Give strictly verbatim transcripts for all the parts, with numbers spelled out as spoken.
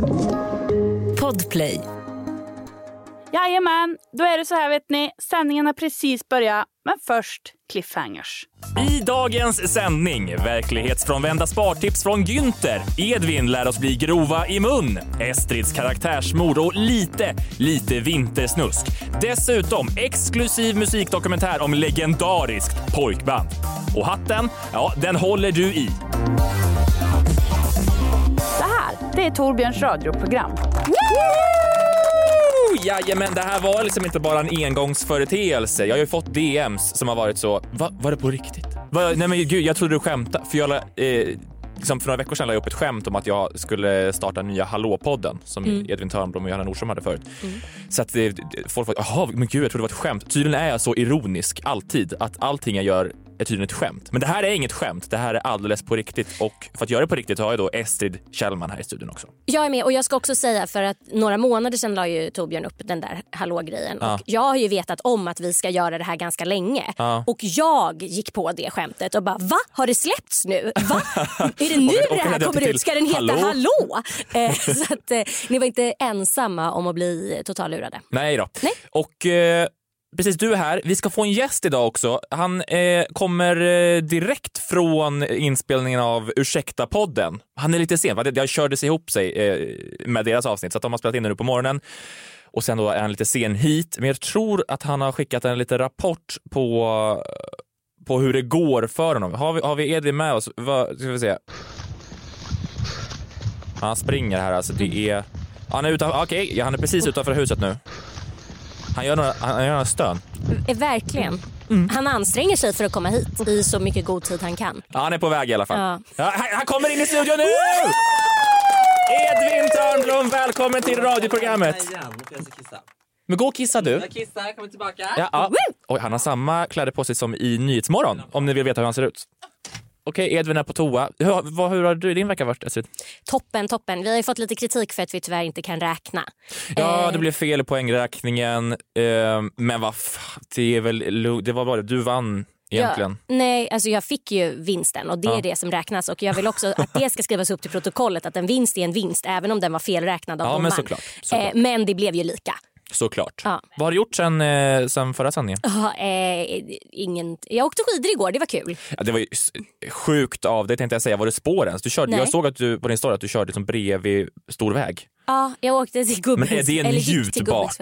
Podplay. Jajamän, då är det så här vet ni. Sändningen har precis börjat, men först cliffhangers. I dagens sändning, verklighetsfrånvända spartips från Günther. Edvin lär oss bli grova i mun. Estrids karaktärsmord och lite, lite vintersnusk. Dessutom exklusiv musikdokumentär om legendariskt pojkband. Och hatten, ja, den håller du i. Det här, det är Torbjörns radioprogram. Jajamän, det här var liksom inte bara en engångsföreteelse. Jag har ju fått D Ms som har varit så, Va, var det på riktigt? Va, nej men gud, jag trodde du skämtade. För jag la, eh, liksom för några veckor sedan la jag upp ett skämt om att jag skulle starta nya Hallå-podden som mm. Edvin Törnblom och Johanna Nordström hade förut. Mm. Så att eh, folk var, jaha men gud, jag trodde det var ett skämt. Tydligen är jag så ironisk alltid att allting jag gör är tydligen ett skämt. Men det här är inget skämt, det här är alldeles på riktigt. Och för att göra det på riktigt har jag då Estrid Kjellman här i studion också. Jag är med och jag ska också säga för att några månader sedan la ju Torbjörn upp den där hallå-grejen. Ja. Och jag har ju vetat om att vi ska göra det här ganska länge. Ja. Och jag gick på det skämtet och bara, va? Har det släppts nu? Va? Är det nu och, och det här kommer ut? Ska den heta Hallå? hallå? Eh, så att eh, ni var inte ensamma om att bli totallurade. Nej då. Nej. Och... Eh... Precis, du är här. Vi ska få en gäst idag också. Han eh, kommer eh, direkt från inspelningen av Ursäkta-podden. Han är lite sen, va? Det kördes ihop sig eh, med deras avsnitt. Så att de har spelat in nu på morgonen. Och sen då är han lite sen hit. Men jag tror att han har skickat en liten rapport på, på hur det går för honom. Har vi, har vi Edvin med oss? Vad ska vi se? Han springer här, alltså det är... Han är utanför, okej, okay, han är precis utanför huset nu. Han gör några, han gör några stön. Verkligen. Mm. Han anstränger sig för att komma hit i så mycket god tid han kan. Ja, han är på väg i alla fall. Ja. Ja, han, han kommer in i studion nu! Edvin Törnblom, välkommen till radioprogrammet. Men gå och kissa du. Jag kissar, kommer tillbaka. Ja, ja. Oj, han har samma kläder på sig som i Nyhetsmorgon, om ni vill veta hur han ser ut. Okej, okay, Edvin är på toa. Hur, vad, hur har du din vecka varit, Estrid? Toppen, toppen. Vi har ju fått lite kritik för att vi tyvärr inte kan räkna. Ja, eh. det blev fel i poängräkningen. Eh, men vad fan, det är väl... Det var bara du vann egentligen. Ja, nej, alltså jag fick ju vinsten och det ja. är det som räknas. Och jag vill också att det ska skrivas upp till protokollet att en vinst är en vinst, även om den var felräknad av ja, domaren. Men såklart. såklart. Eh, men det blev ju lika. Såklart. Ja. Vad har du gjort sen, eh, sen förra sändningen? Ja, eh, ingen... Jag åkte skidor igår, det var kul. Ja, det var ju sjukt av det, tänkte jag säga. Var det spår ens? Du körde, jag såg att du, på din story att du körde som bredvid stor väg. Ja, jag åkte till Gubbens... Men är det en njutbart?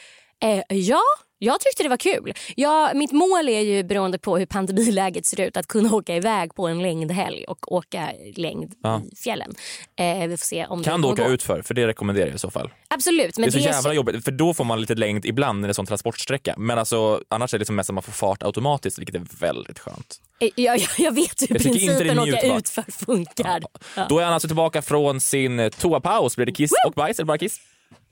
Eh, ja, jag tyckte det var kul. Ja, mitt mål är ju beroende på hur pandemiläget ser ut att kunna åka iväg på en längdhelg och åka längd ja. i fjällen. Eh, vi får se om kan det du åka gå. Utför, för det rekommenderar jag i så fall. Absolut. Men det är så det jävla är... jobbigt, för då får man lite längd ibland när det är sån transportsträcka. Men alltså, annars är det liksom mest att man får fart automatiskt, vilket är väldigt skönt. Ja, jag, jag vet hur jag principen åka utför funkar. Ja. Ja. Då är han alltså tillbaka från sin toapaus. Blir det kiss Woo! och bajs eller bara kiss?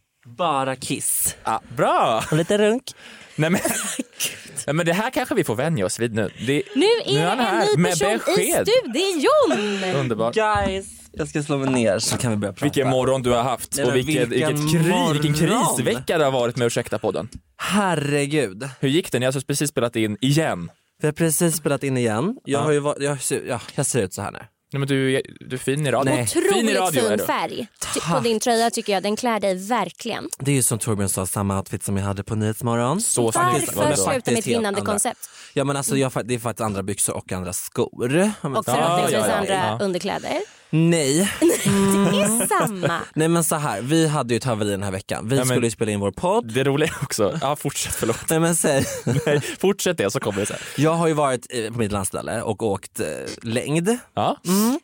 Bara kiss. Ah, bra! Och lite runk. Nej men, nej men det här kanske vi får vänja oss vid nu. Det, nu är, nu är en här, ny person i studion. Underbart. Guys, jag ska slå mig ner så kan vi börja prata. Vilken morgon du har haft. Nej, och vilket, vilket kri, vilken krisvecka det har varit med Ursäkta-podden. Herregud. Hur gick det? Ni har alltså precis spelat in igen. Vi har precis spelat in igen. Jag, ja. har ju varit, jag, ja, jag ser ut så här nu. Nej, men du, du är fin i radio. Nej. Otroligt fin, i radio, fin färg på din tröja tycker jag. Den klär dig verkligen. Det är ju som Torbjörn sa, samma outfit som jag hade på Nyhetsmorgon. Så varför sluta med ett vinnande koncept? Ja men alltså jag, det är faktiskt andra byxor och andra skor. Och förhoppningsvis ja, ja, ja, andra ja. underkläder. Nej. Mm. Det är samma. Nej men så här, vi hade ju ett haveri den här veckan. Vi ja, skulle ju spela in vår podd. Det är roligt också. Ja, fortsätt, förlåt. Nej men säg. Nej, fortsätt det så kommer det så här. Jag har ju varit på mitt landställe och åkt eh, längd. Ja. Mm.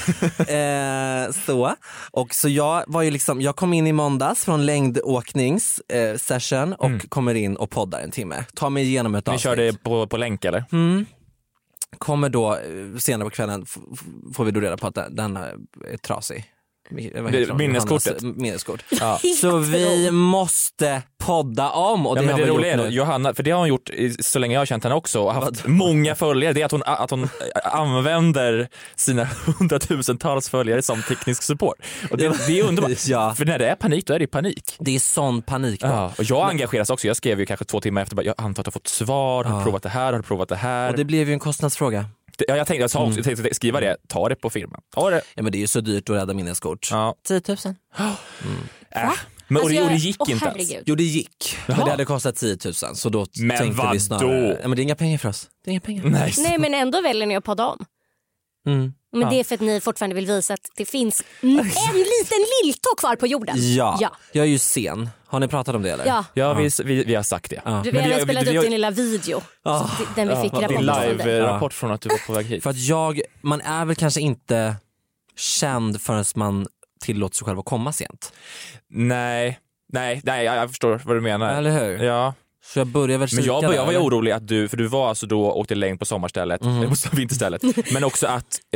eh, så. Och så jag var ju liksom, jag kom in i måndags från längdåknings eh, session och mm. kommer in och poddar en timme. Ta mig igenom ett Ni avsnitt. Ni kör det på, på länk eller? Mm. Kommer då senare på kvällen f- f- får vi då reda på att den, den är trasig. Minneskortet. Minneskort. Ja. Så vi måste podda om. Och det, ja, men det är roligt, Johanna, för det har hon gjort så länge jag har känt henne också och haft många följare. Det är att hon, att hon använder sina hundratusentals följare som teknisk support. Och det, det är underbart. Ja. För när det är panik, då är det panik. Det är sån panik då. Ja. Och jag engageras också. Jag skrev ju kanske två timmar efter, jag antar att jag har fått svar, har ja. provat det här, har provat det här. Och det blev ju en kostnadsfråga. Ja, jag tänkte, jag sa också, jag tänkte skriva det, ta det på firman. Ta det. Ja, men det är ju så dyrt att rädda minneskort. Ja. tio tusen. Mm. Äh. Men, och, alltså, det, och det gick oh, inte herregud. ens. Jo, det gick. Jaha. Men det hade kostat tio tusen. Så då men tänkte vi snarare... Ja, men det är inga pengar för oss. Det är inga pengar. Nej, Nej, men ändå väljer ni att podda om. Mm. Men ja. det är för att ni fortfarande vill visa att det finns en liten lilltå kvar på jorden. Ja. ja, jag är ju sen. Har ni pratat om det eller? Ja, ja vi, vi, vi har sagt det. Ja. vi har även spelat vi, upp vi, din lilla video. Ah. Den vi fick ja, rapport din från dig. live-rapport från att du var på väg hit. För att jag, man är väl kanske inte känd förrän man tillåter sig själv att komma sent. Nej, nej, nej jag förstår vad du menar. Eller hur? Ja. Så jag börjar väl Men jag, där, jag var ju eller? orolig att du, för du var alltså då åkte längd på sommarstället, Mm. eller på vinterstället, men också att eh,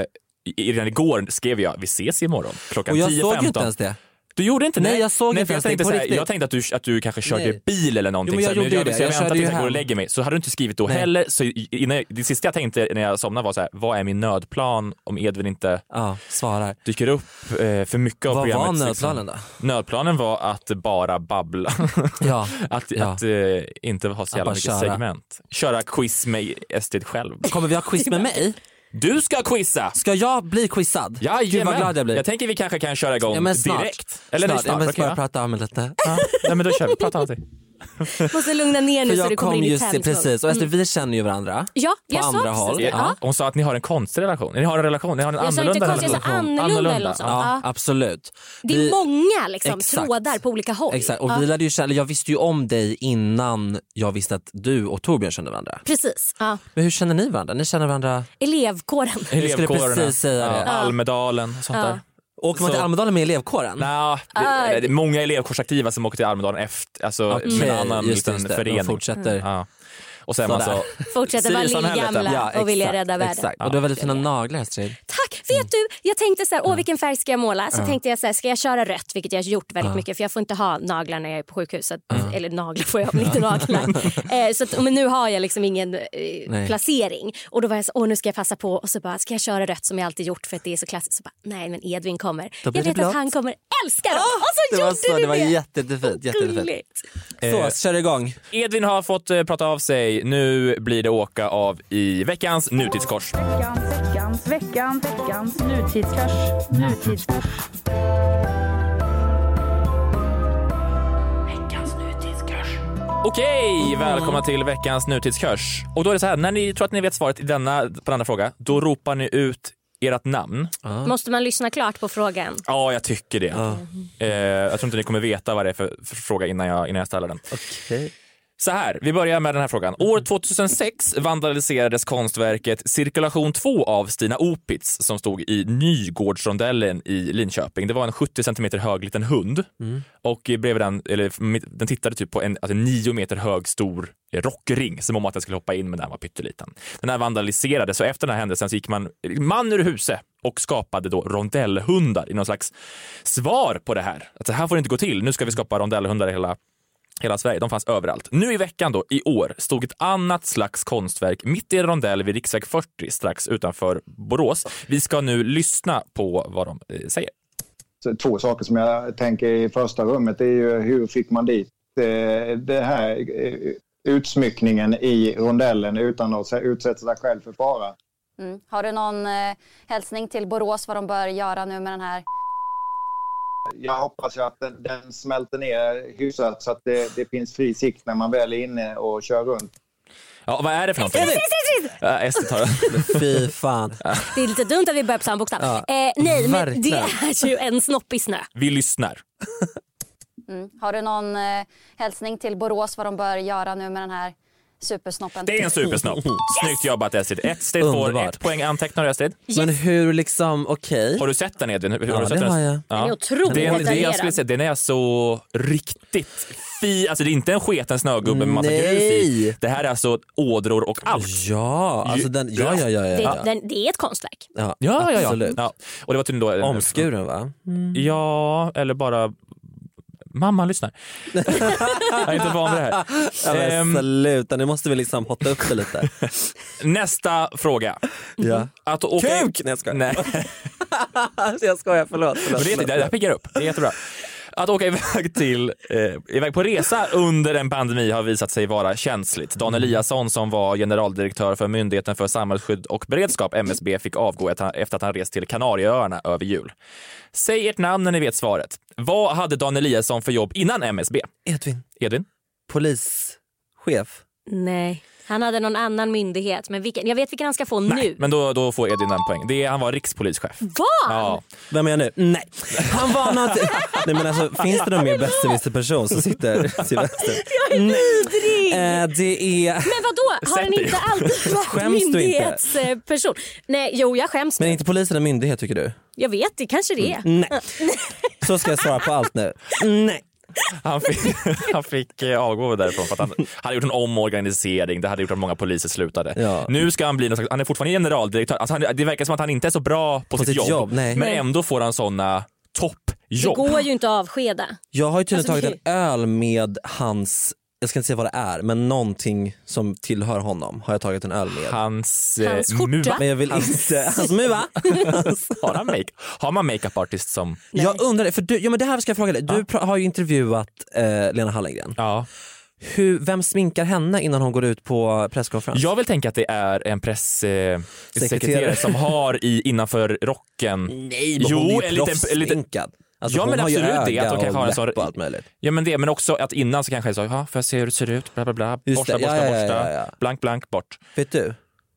redan igår skrev jag, vi ses imorgon klockan Och jag tio såg ju inte femton. ens det. Du gjorde inte Nej, det? jag såg Nej, inte för jag ens det tänkte på så här, riktigt. jag tänkte att du, att du kanske körde Nej. bil eller någonting. Jo, men jag så här, gjorde ju det. så jag, Jag jag väntade körde ju tills jag går och hem. lägger mig. Så hade du inte skrivit då Nej. heller. Så innan, det sista jag tänkte när jag somnade var så här, vad är min nödplan om Edvin inte Ja, svarar. dyker upp eh, för mycket av Vad programmet. var nödplanen då? Liksom. Nödplanen var att bara babbla. Ja. att Ja. att eh, inte ha så Att jävla bara mycket köra. segment. Köra quiz med Estrid själv. Kommer vi ha quiz med mig? Du ska quizza! Ska jag bli quizad? Ja, Gud vad glad jag blir. Jag tänker vi kanske kan köra igång Ja, men snart. direkt. Eller snart. snart. Jag vill Okej, bara ja. prata om det lite. Ja. Nej, men då kör vi. Prata om det. Måste lugna ner nu För så jag du kommer kom in i just i, tävlingsmode. precis, och Estrid, vi känner ju varandra. Ja, på jag sa andra precis håll. det. Ja. Ja. Hon sa att ni har en konstig relation. Ni har en relation, ni har en Jag sa inte annorlunda konstigt, jag sa relation. annorlunda eller något sånt. Ja, Ja. absolut. Det är Vi- många liksom, Exakt. trådar på olika håll. Exakt, och Ja. vi lärde ju känna, jag visste ju om dig innan jag visste att du och Torbjörn kände varandra. Precis. Ja. Men hur känner ni varandra? Ni känner varandra? Elevkåren. Jag skulle Elevkårerna. precis säga ja, det. Almedalen och sånt Ja. där. Åker man Så- till Almedalen med elevkåren? Nå, det, Ah. det är många elevkårsaktiva som åker till Almedalen efter, alltså Okej, med en annan just det, liten just det. förening. De fortsätter. Ja. Och sen man Sådär. så, Fortsätter vara civilsamhället, lillgamla Ja, och vilja exakt, rädda världen. Exakt. Och du har väldigt fina naglar, Estrid. Tack! Vet du, jag tänkte så här, åh vilken färg ska jag måla? Så tänkte jag så här, ska jag köra rött? Vilket jag har gjort väldigt mycket för jag får inte ha naglar när jag är på sjukhuset. Eller naglar får jag, men inte naglar. eh, så att, men nu har jag liksom ingen eh, Nej. placering. Och då var jag så, åh nu ska jag passa på. Och så bara, ska jag köra rött som jag alltid gjort för att det är så klassiskt? Så bara, nej men Edvin kommer. Då Jag blir det vet blått. att han kommer älska dem. Och så Det var, gjorde så, du det var det. jättefint. jättefint. Gulligt. Så, kör igång. Edvin har fått eh, prata av sig. Nu blir det åka av i veckans nutidskors. Veckans, veckans, veckans, veckans nutidskurs. Nutidskurs. Veckans nutidskurs. Okej, välkomna till veckans nutidskurs. Och då är det så här, när ni tror att ni vet svaret i denna, på denna fråga, då ropar ni ut ert namn. Måste man lyssna klart på frågan? Ja, jag tycker det. Eh, jag tror inte ni kommer veta vad det är för, för fråga innan jag, innan jag ställer den. Okej. Så här, vi börjar med den här frågan. År tjugohundrasex vandaliserades konstverket Cirkulation två av Stina Opitz som stod i Nygårdsrondellen i Linköping. Det var en sjuttio centimeter hög liten hund Mm. och bredvid den, eller, den tittade typ på en alltså, nio meter hög stor rockring som om att den skulle hoppa in men den var pytteliten. Den här vandaliserades, så efter den här händelsen så gick man man ur huset och skapade då rondellhundar i någon slags svar på det här. Att det här får inte gå till, nu ska vi skapa rondellhundar i hela Hela Sverige, de fanns överallt. Nu i veckan då, i år, stod ett annat slags konstverk mitt i en rondell vid riksväg fyrtio strax utanför Borås. Vi ska nu lyssna på vad de eh, säger. Så två saker som jag tänker i första rummet är ju hur fick man dit eh, det här eh, utsmyckningen i rondellen utan att utsätta sig själv för fara. Mm. Har du någon eh, hälsning till Borås vad de bör göra nu med den här? Jag hoppas ju att den, den smälter ner hyfsat så att det, det finns fri sikt när man väl är inne och kör runt. Ja, vad är det för någonting? Ja, Ester tar den. Fy fan. Det är lite dumt att vi börjar på samma bokstav. Ja, eh, nej, men verkligen. det är ju en snoppig snö. Vi lyssnar. Mm. Har du någon eh, hälsning till Borås vad de bör göra nu med den här supersnoppen? Det är en supersnopp. Snyggt jobbat, Estrid. Ett steg får Underbart. ett poäng antecknar du, Estrid. Men hur liksom, okej. Har du sett den, Edvin? Hur, hur Ja, har du sett det den? har jag. Ja. Den är otroligt Den, det jag detaljerad. skulle säga, den är så riktigt fi. Alltså det är inte en sketen snögubbe med massa Nej. grus i. Det här är alltså ådror och allt. Ja, alltså den, ja, ja, ja, ja, Det, ja. den, det är ett konstverk. ja, Ja, ja, ja. absolut. ja. Och det var tydligen då... Omskuren, va? Ja, eller bara... Mamma lyssnar. Jag är inte van vid det här. Ja, men Ehm, sluta, nu måste vi liksom hotta upp det lite. nästa fråga. Ja. Att åka... Kuk! Nej, jag skojar. Nej. jag skojar, förlåt. förlåt, Men det, är, förlåt. det här piggar upp. Det är jättebra. Att åka iväg, till, eh, iväg på resa under en pandemi har visat sig vara känsligt. Dan Eliasson, som var generaldirektör för Myndigheten för samhällsskydd och beredskap, M S B, fick avgå efter att han rest till Kanarieöarna över jul. Säg ert namn när ni vet svaret. Vad hade Dan Eliasson för jobb innan M S B? Edvin. Edvin? Polischef. Nej. Han hade någon annan myndighet, men vilken, jag vet vilken han ska få Nej, nu. Men då, då får Edvin en poäng. Det är, han var rikspolischef. Vad? Ja. Vem är jag nu? Nej. Han var något... Nej, men alltså, finns det någon mer besserwisser-person som sitter till vänster? Jag är vidrig. Eh, det är... Men vadå? Har han inte alltid varit myndighetsperson? Nej, jo, jag skäms. Men är inte polisen en myndighet, tycker du? Jag vet, det kanske det är. Mm. Nej. Så ska jag svara på allt nu. Nej. Han fick, han fick avgå därifrån för att han hade gjort en omorganisering. Det hade gjort att många poliser slutade. Ja. Nu ska han bli något slags, han är fortfarande generaldirektör. Alltså han, det verkar som att han inte är så bra på, på sitt, sitt jobb, jobb men nej. Ändå får han såna toppjobb. Det går ju inte att avskeda. Jag har ju tydligen alltså, tagit en öl med hans, jag ska inte säga vad det är, men någonting som tillhör honom har jag tagit en öl med. Hans, hans eh, muva. Men jag vill inte, hans muva. har, han make, har man makeup artist som... Nej. Jag undrar det, för du, ja men det här ska jag fråga dig. Du ja. har ju intervjuat eh, Lena Hallengren. Ja. Hur, vem sminkar henne innan hon går ut på presskonferens? Jag vill tänka att det är en presssekreterare eh, som har i innanför rocken. Nej, men hon är ju proffssminkad. Alltså, ja, men absolut det att de kanske har en sån, allt möjligt. Ja, men det, men också att innan så kanske så, ja, får jag se hur det ser ut, bla bla bla, borsta, borsta, ja, borsta, ja, ja, ja. blank, blank, bort. Vet du?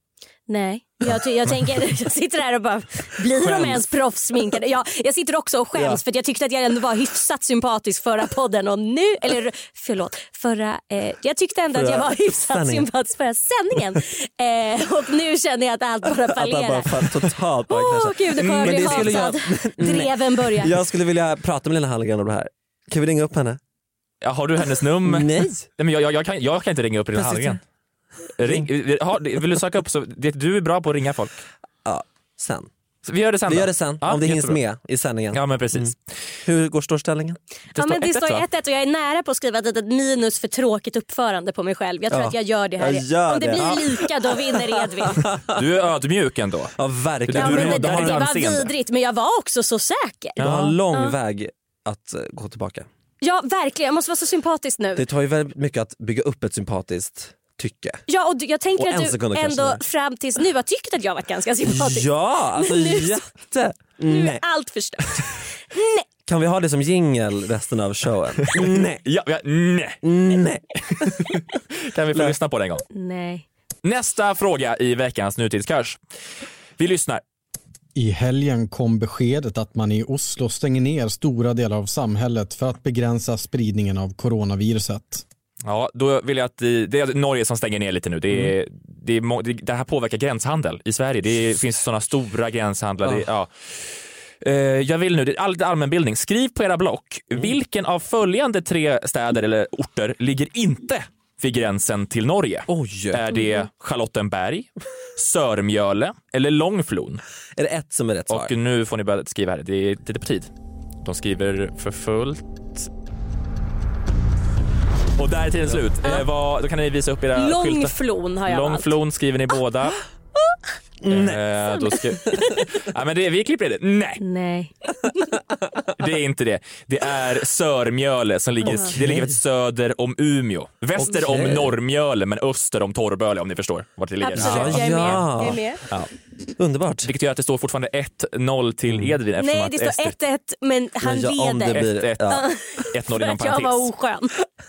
Nej, jag, jag tänker, jag sitter här och bara, blir de ens proffssminkade? Ja, jag sitter också och skäms ja. för att jag tyckte att jag ändå var hyfsat sympatisk förra podden och nu, eller förlåt, förra, eh, jag tyckte ändå förra att jag var hyfsat sändningen. sympatisk förra sändningen. Eh, och nu känner jag att allt bara fallerar. Att bara totalt bara Åh oh, gud, nu kommer jag bli hatad. Jag... Dreven börjar. Jag skulle vilja prata med Lena Hallengren om det här. Kan vi ringa upp henne? Ja, har du hennes nummer? Nej. Nej men jag, jag, jag, kan, jag kan inte ringa upp Lena Hallengren. Ring, vill du söka upp så det, du är bra på att ringa folk. Ja, sen. Så vi gör det sen. Vi gör det sen ja, om det hinns med i sändningen. Ja, men precis. Mm. Hur går stårställningen? Det ja, men det står ett ett och jag är nära på att skriva ett minus för tråkigt uppförande på mig själv. Jag tror ja. att jag gör det här. Gör om det, det blir ja. lika då vinner Edvin. Du är ödmjuk ändå. Ja, verkligen. Ja, du, men du, det, du, det, du det var vidrigt, men jag var också så säker. Du har en lång ja. väg att uh, gå tillbaka. Ja, verkligen. Jag måste vara så sympatisk nu. Det tar ju väldigt mycket att bygga upp ett sympatiskt tycke. Ja, och jag tänker och att du ändå fram tills nu har tyckt att jag var ganska sympatisk. Ja, alltså nu, jätte. Nu är allt förstört. Nej. Kan vi ha det som jingle resten av showen? Nej. Ja, ja, nej. Nej. Kan vi få lyssna på det en gång? Nej. Nästa fråga i veckans nutidskurs. Vi lyssnar. I helgen kom beskedet att man i Oslo stänger ner stora delar av samhället för att begränsa spridningen av coronaviruset. Ja, då vill jag att det, det är Norge som stänger ner lite nu. Det, är, mm. det, är, det, det här påverkar gränshandel i Sverige. Det finns sådana stora gränshandlar. Oh. Det, ja. uh, jag vill nu, det är all, allmänbildning. Skriv på era block. Mm. Vilken av följande tre städer eller orter ligger inte vid gränsen till Norge? Oj. Är det Charlottenberg, Sörmjöle eller Långflon? Är det ett som är rätt svar? Och nu får ni börja skriva här. Det är lite på tid. De skriver för fullt. Och där är tiden slut. Ja. Eh, vad, då kan ni visa upp era Långflon har jag Långflon valt. Skriver ni båda. Ah. Nej. Eh, då ska... ja, men det, vi klipper det. Nej. Nej. Det är inte det. Det är Sörmjöle som ligger, okay. det ligger söder om Umeå. Väster okay. om Norrmjöle men öster om Torrböle, om ni förstår vart det ligger. Absolut, jag är med. Jag är med. Ja. Underbart. Vilket gör att det står fortfarande ett noll till Edvin. Mm. Nej, det står Ester... ett ett men han ja, leder. Blir... ett ett noll inom parentes. Jag var oskön.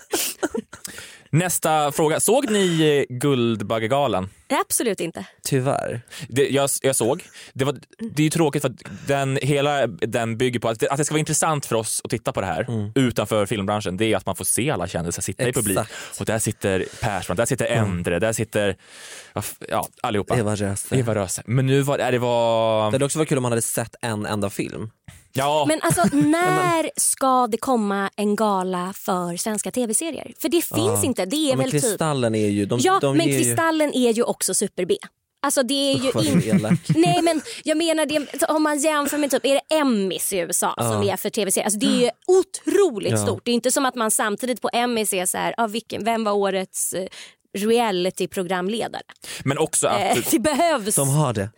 Nästa fråga. Såg ni Guldbaggegalan? Absolut inte. Tyvärr. Det, jag, jag såg. Det, var, det är ju tråkigt för att den, hela den bygger på att det, att det ska vara intressant för oss att titta på det här mm. utanför filmbranschen. Det är att man får se alla kändisar sitta Exakt. i publik. Och där sitter Persson, där sitter Endre, mm. där sitter ja, allihopa. Eva Röse. Eva Röse. Men nu var det, det var... Det hade också varit kul om man hade sett en enda film. Ja. Men alltså, när ska det komma en gala för svenska tv-serier? För det finns ja. inte, det är ja, väl Kristallen typ... är ju... De, ja, de men är Kristallen ju... är ju också super B. Alltså det är ju inte... Nej, men jag menar det, om man jämför med typ, är det Emmys i U S A ja. som är för tv-serier? Alltså det är ju otroligt ja. stort. Det är inte som att man samtidigt på Emmys är så här, ah, vilken, vem var årets reality-programledare? Men också att... Eh, det behövs... De har det.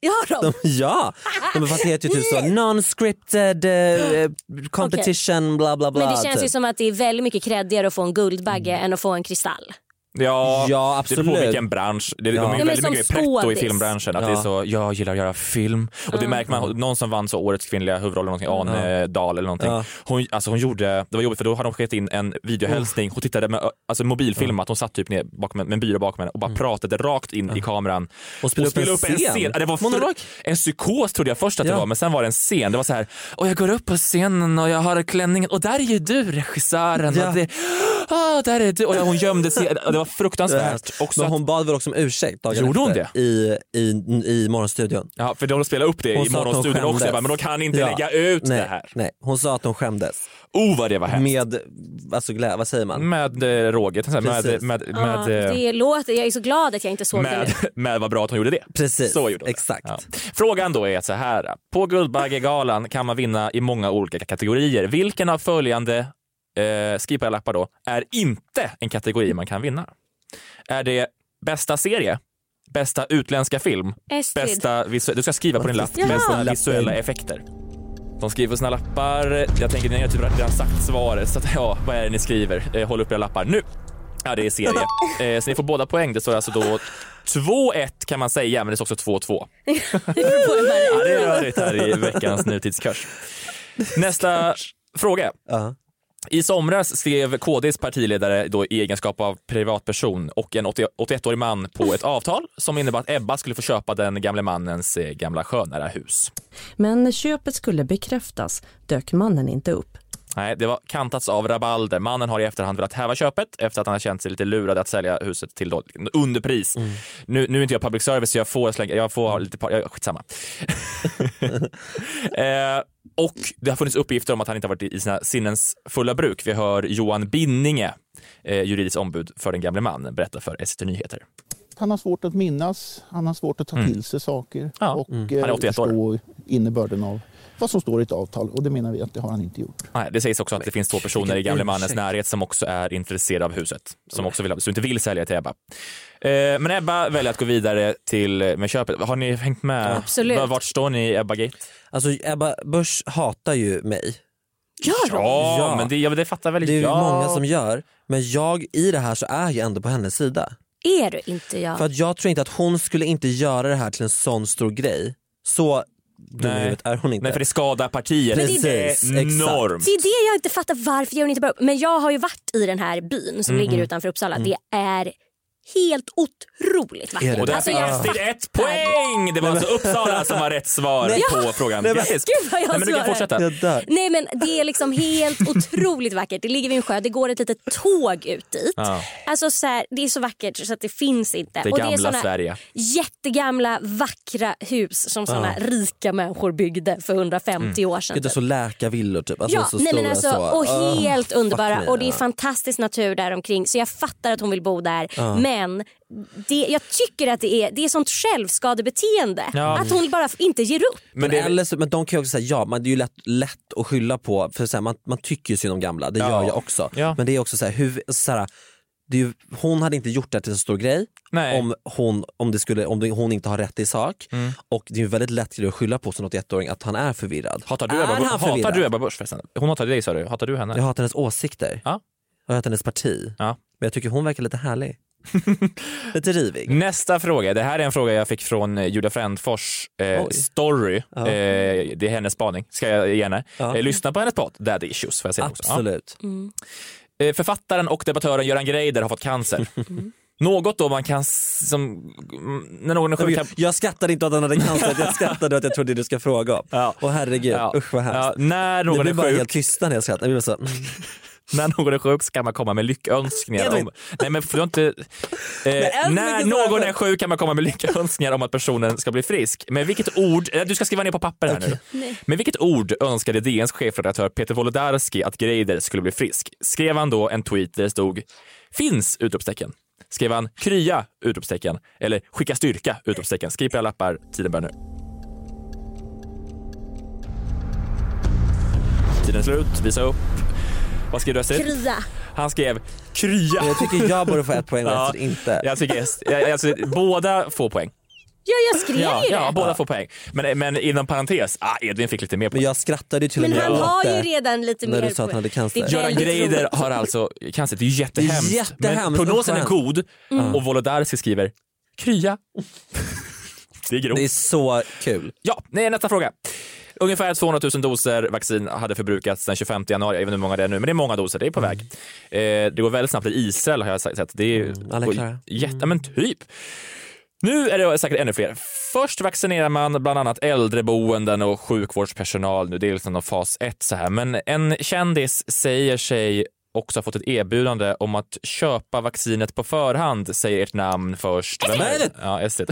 Ja, de. de, ja. de fast det heter ju typ så non-scripted uh, competition okay. bla bla bla. Men det känns typ. ju som att det är väldigt mycket kreddigare att få en Guldbagge mm. än att få en kristall. Ja, ja, absolut. Det beror på vilken bransch. Det, ja. De är ja, väldigt mycket pretto i filmbranschen. Att ja. det är så, jag gillar att göra film. Och det märker man, någon som vann så årets kvinnliga huvudroll eller någonting, Ane ja. Dahl eller någonting. Ja. Hon, alltså hon gjorde, det var jobbigt för då hade de skickat in en videohälsning. Hon tittade med alltså mobilfilm att hon satt typ ner bakom, med en byrå bakom henne och bara mm. pratade rakt in ja. i kameran. Och spelade, och spelade upp en scen. scen. Det var för, en psykos trodde jag först att ja. det var, men sen var det en scen. Det var så här, och jag går upp på scenen och jag har klänningen och där är ju du regissören. Ja. Och det, oh, där är du. Och hon gömde sig. Det var fruktansvärt. Också men hon bad väl också om ursäkt dagen gjorde hon efter det? I, i, i Morgonstudion. Ja, för de spelade upp det hon i Morgonstudion också. Bara, men de kan inte ja. lägga ut nej, det här. Nej, hon sa att hon skämdes. Oh, vad det var hemskt. Med, alltså glä, vad säger man? Med eh, råget. Med, med, med, ja, med, det låter, jag är så glad att jag inte såg med, det. Med vad bra att hon gjorde det. Precis, så gjorde exakt. Ja. Frågan då är så här. På Guldbaggegalan kan man vinna i många olika kategorier. Vilken av följande, eh, skriv på era lappar då, är inte en kategori man kan vinna? Är det bästa serie, bästa utländska film, Estrid. bästa visu- du ska skriva på din lapp, ja. bästa visuella effekter. De skriver på sina lappar. Jag tänker ni har typ redan sagt svaret, så att, ja, vad är det ni skriver? Eh, håll upp era lappar nu. Ja, det är serie. Eh, så ni får båda poäng. Det står alltså då två ett kan man säga, men det är också två två. Ja, det är rörigt här i veckans nutidskurs. Nästa fråga. Uh-huh. I somras skrev K D:s partiledare då i egenskap av privatperson och en åttioettårig man på ett avtal som innebar att Ebba skulle få köpa den gamle mannens gamla sjönära hus. Men när köpet skulle bekräftas dök mannen inte upp. Nej, det var kantats av rabalder. Mannen har i efterhand velat häva köpet efter att han har känt sig lite lurad att sälja huset till då, underpris. Mm. Nu, nu är inte jag public service så jag får slänga, jag får ha lite par, jag, skitsamma. eh, och det har funnits uppgifter om att han inte har varit i sina sinnens fulla bruk. Vi hör Johan Binninge, eh, juridiskt ombud för den gamle mannen, berätta för S T Nyheter. Han har svårt att minnas, han har svårt att ta mm. till sig saker ja. och mm. eh, förstå innebörden av vad som står i ett avtal, och det menar vi att det har han inte gjort. Nej, det sägs också att det finns två personer i gamle mannens närhet som också är intresserade av huset, som också vill, som inte vill sälja till Ebba. Eh, men Ebba väljer att gå vidare till med köpet. Har ni hängt med? Absolut. Vart står ni i Ebba-gate? Alltså Ebba Busch hatar ju mig. Gör ja, ja, men det, ja, det fattar väl det är ja. många som gör. Men jag i det här så är jag ändå på hennes sida. Är du inte jag? För att jag tror inte att hon skulle inte göra det här till en sån stor grej. Så Nej. är hon inte. Nej, för det skadar partiet. Precis, det är enormt. Det är det jag inte fattar, varför gör hon inte bara upp. Men jag har ju varit i den här byn som mm. ligger utanför Uppsala. Mm. Det är helt otroligt vackert. Och där alltså, fick Astrid ett poäng! Det var alltså Uppsala som var rätt svar Nej. på Ja. frågan. Nej, men, Gud vad jag Nej, men du kan fortsätta. Nej, men det är liksom helt otroligt vackert. Det ligger vid en sjö, det går ett litet tåg ut dit. Ja. Alltså så här, det är så vackert så att det finns inte. Det och gamla det är Sverige. Jättegamla, vackra hus som såna ja. rika människor byggde för hundrafemtio mm. år sedan. Det är så läkarvillor typ. Alltså, ja, så nej, men stora, alltså, så. och helt oh, underbara. Me, och det är ja. fantastisk natur där omkring. Så jag fattar att hon vill bo där. Ja. Men det, jag tycker att det är, det är sånt självskadebeteende. Ja. Att hon bara inte ger upp. Men, det, eller så, men de kan ju också säga ja, men det är ju lätt, lätt att skylla på. För så här, man, man tycker ju synd om gamla, det ja. gör jag också. Ja. Men det är också så här, hur, så här det är ju, hon hade inte gjort det till en stor grej. Nej. Om, hon, om, det skulle, om det, hon inte har rätt i sak. Mm. Och det är ju väldigt lätt att skylla på som åttioettåring att han är förvirrad. Hatar du Ebba, hatar du Ebba Busch förresten? Hon hatar dig, sa du. Hatar du henne? Jag hatar hennes åsikter. Ja. Jag hatar hennes parti. Ja. Men jag tycker hon verkar lite härlig. Lite rivig. Nästa fråga, det här är en fråga jag fick från Julia Frändfors eh, story. Ja. Eh, det är hennes spaning, ska jag ge henne. Ja. Eh, lyssna på hennes podd, Daddy Issues. Får jag säga Absolut. Också. Ja. Mm. Eh, författaren och debattören Göran Greider har fått cancer. Mm. Något då man kan som, när någon är sjuk kan... Jag skrattade inte att han hade cancer, jag skrattade att jag trodde du ska fråga om. Ja. Och herregud, ja. usch vad hemskt. Ja, när någon det blir är bara sjuk... helt tysta när jag skrattar. Jag så... När någon är sjuk ska man komma med lyckönskningar om... Nej, men för inte... Eh, när någon är sjuk kan man komma med lyckönskningar om att personen ska bli frisk. Men vilket ord... Du ska skriva ner på papper här okay. nu. Men vilket ord önskade D N:s chefredaktör Peter Wolodarski att Greider skulle bli frisk? Skrev han då en tweet där det stod finns utropstecken? Skrev han krya utropstecken? Eller skicka styrka utropstecken? Skriv på era lappar, tiden börjar nu. Tiden är slut, visa upp. Vad skrev du? Krya. Han skrev krya. Jag tycker jag borde få ett poäng och ja, inte. Jag tycker jag, alltså, båda får poäng. Ja, jag skrev ja, ju det. Ja, båda får poäng. Men, men inom parentes, ah, Edvin fick lite mer poäng. Men jag skrattade ju till och med. Men han har ju redan lite när mer du sa att han hade cancer. Göran Greider har alltså cancer. Det är ju jättehemskt. Det är jättehemskt. Men prognosen är god mm. och Wolodarski skriver krya. Det är grovt. Det är så kul. Ja, nej, nästa fråga. Ungefär tvåhundratusen doser vaccin hade förbrukats den tjugofemte januari. Jag vet inte hur många det är nu, men det är många doser. Det är på mm. väg. Eh, det går väldigt snabbt i Israel har jag sett. Det är mm. Alla är klara. Jätte, mm. men typ. Nu är det säkert ännu fler. Först vaccinerar man bland annat äldreboenden och sjukvårdspersonal. Nu det är liksom fas ett så här. Men en kändis säger sig också ha fått ett erbjudande om att köpa vaccinet på förhand, säger ert namn först. Vem är det? Ja, Estet.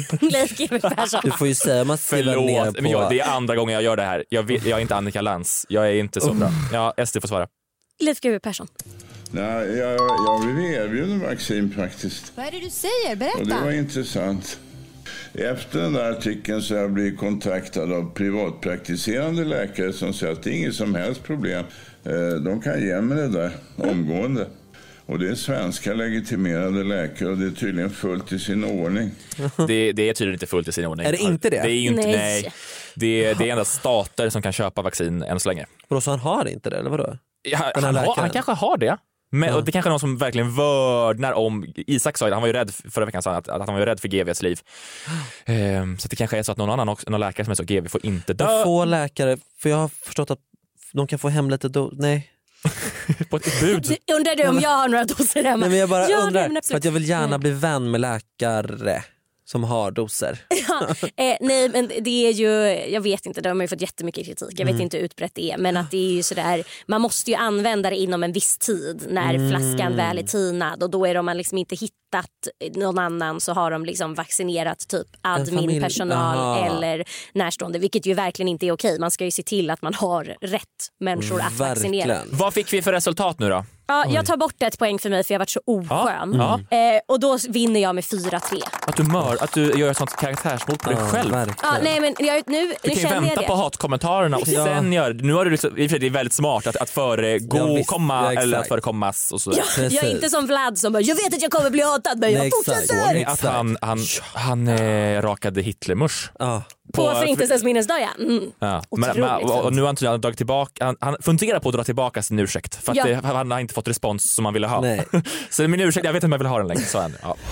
Du får ju säga man skriver ner på... men jag, det är andra gången jag gör det här. Jag, vet, jag är inte Annika Lantz. Jag är inte så oh. bra. Ja, Estet får svara. Leif G W Persson. Nej, jag, jag blev erbjuden vaccin faktiskt. Vad är det du säger? Berätta. Och det var intressant. Efter den där artikeln så har jag blivit kontaktad av privatpraktiserande läkare som säger att det är inget som helst problem. De kan ge mig det där omgående. Och det är svenska legitimerade läkare och det är tydligen fullt i sin ordning. Det, det är tydligen inte fullt i sin ordning. Är det inte det? Det är ju inte, nej. nej. Det, det är endast stater som kan köpa vaccin än så länge. Vadå, så han har inte det, eller vadå? Ja, han, har, han kanske har det. Men ja. Och det kanske är någon som verkligen vördnar om... Isak sa det, han var ju rädd förra veckan, sa han att, att han var ju rädd för G V:s liv. Ehm, så det kanske är så att någon annan också, någon läkare som är så, G V får inte dö. Få läkare, för jag har förstått att de kan få hem lite do... Nej. På ett bud. Undrar du om jag har några doser hemma? Nej, men jag bara ja, undrar, nej, för att jag vill gärna bli vän med läkare som har doser. Ja, eh, nej men det är ju, jag vet inte, de har ju fått jättemycket kritik. Jag vet mm. inte hur utbrett det är, men att det är ju sådär, man måste ju använda det inom en viss tid när mm. flaskan väl är tinad, och då är de man liksom inte hittat någon annan, så har de liksom vaccinerat typ admin, personal eller närstående, vilket ju verkligen inte är okej. Man ska ju se till att man har rätt människor att verkligen vaccinera. Vad fick vi för resultat nu då? Ja, jag tar bort ett poäng för mig för jag har varit så oskön. Ja. Mm. Eh, och då vinner jag med fyra tre. Att du mör, att du gör ett sånt karaktärsmord på dig ja, själv. Ja, nej, men jag, nu, du nu kan ju vänta på hatkommentarerna och ja. sen gör... Nu har du liksom, det är väldigt smart att, att föregå, ja, visst, komma ja, eller att förekommas och sådär. Ja, jag är inte som Vlad som bara, jag vet att jag kommer bli hatad men jag fortsätter. Att han, han, han eh, rakade Hitlermusch. Ja. På, på Förintelsens minnesdag, ja. Mm. ja. Men, men, och, och nu har han tydligen dragit tillbaka, han, han funderar på att dra tillbaka sin ursäkt för att ja. det, han har inte fått respons som han ville ha. Nej. Så min ursäkt, jag vet inte om jag vill ha den längre. Så han, ja.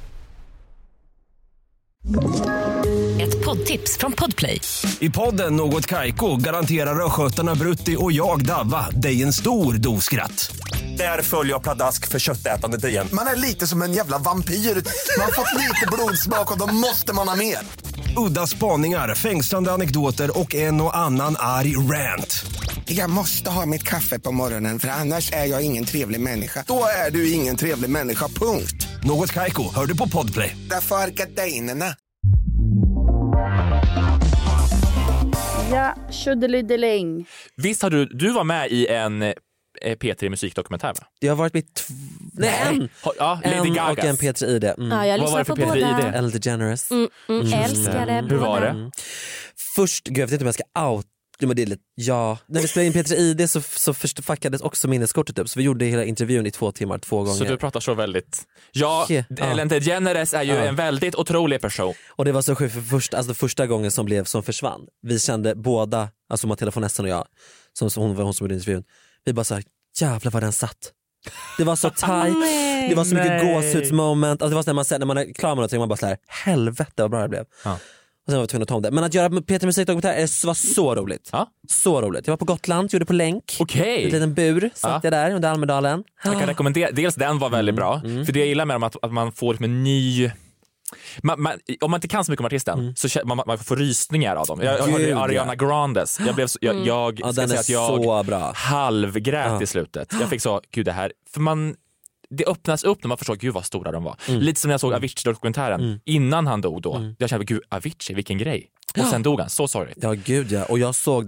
Ett poddtips från Podplay. I podden Något Kaiko garanterar röskötarna Brutti och jag Davva dig en stor doskratt. Där följer jag pladask för köttätandet igen. Man är lite som en jävla vampyr. Man har fått lite blodsmak och då måste man ha mer. Udda spaningar, fängslande anekdoter och en och annan arg rant. Jag måste ha mitt kaffe på morgonen för annars är jag ingen trevlig människa. Då är du ingen trevlig människa, punkt. Något Kaiko, hör du på Podplay. Därför är gardinerna. Ja, tjoddeliddeling. Visst har du, du var med i en P tre musikdokumentär, va? Jag har varit med tv... Nej, en. Ja, Lady en Gagas. Och en P tre I D. Mm. Ja, jag Vad var det för P tre I D? Ellen DeGeneres. Mm, mm, mm. Älskar det. Hur var det? Mm. Först, gud, jag vet inte om jag ska out. Men det är lite, ja. När vi spelade in P tre I D så, så fuckades också minneskortet upp. Så vi gjorde hela intervjun i två timmar, två gånger. Så du pratar så väldigt... Ja, yeah. Ellen DeGeneres är ju ja. en väldigt otrolig person. Och det var så sjukt för första, alltså första gången som blev som försvann. Vi kände båda, alltså Matilda von Essen och jag, som, som hon var hon som gjorde intervjun. Vi bara såhär, jävlar vad den satt. Det var så tight. Det var så mycket gåshudsmoment. Alltså det var så när man, när man är klar med någonting, man bara såhär, helvete vad bra det blev. Ja. Och sen var vi tvungna att ta om det. Men att göra P tre musikdokumentär var så roligt. Ja. Så roligt. Jag var på Gotland, gjorde på länk. Okej. I en liten bur satt ja. jag där under Almedalen. Jag kan rekommendera, dels den var väldigt bra. Mm. Mm. För det jag gillar med dem att, att man får liksom en ny... Man, man, om man inte kan så mycket om artisten mm. så man, man får rysningar av dem. Jag hörde Ariana Grandes. Jag blev så, jag, mm. jag ska ja, säga att jag så bra. halvgrät ja. i slutet. Jag fick så, gud det här, för man det öppnas upp när man förstår gud vad stora de var. Mm. Lite som när jag såg Avicii-dokumentären mm. innan han dog då. Mm. Jag kände, gud Avicii, vilken grej. Och sen dog han, så sorgligt. Ja gud ja, och jag såg den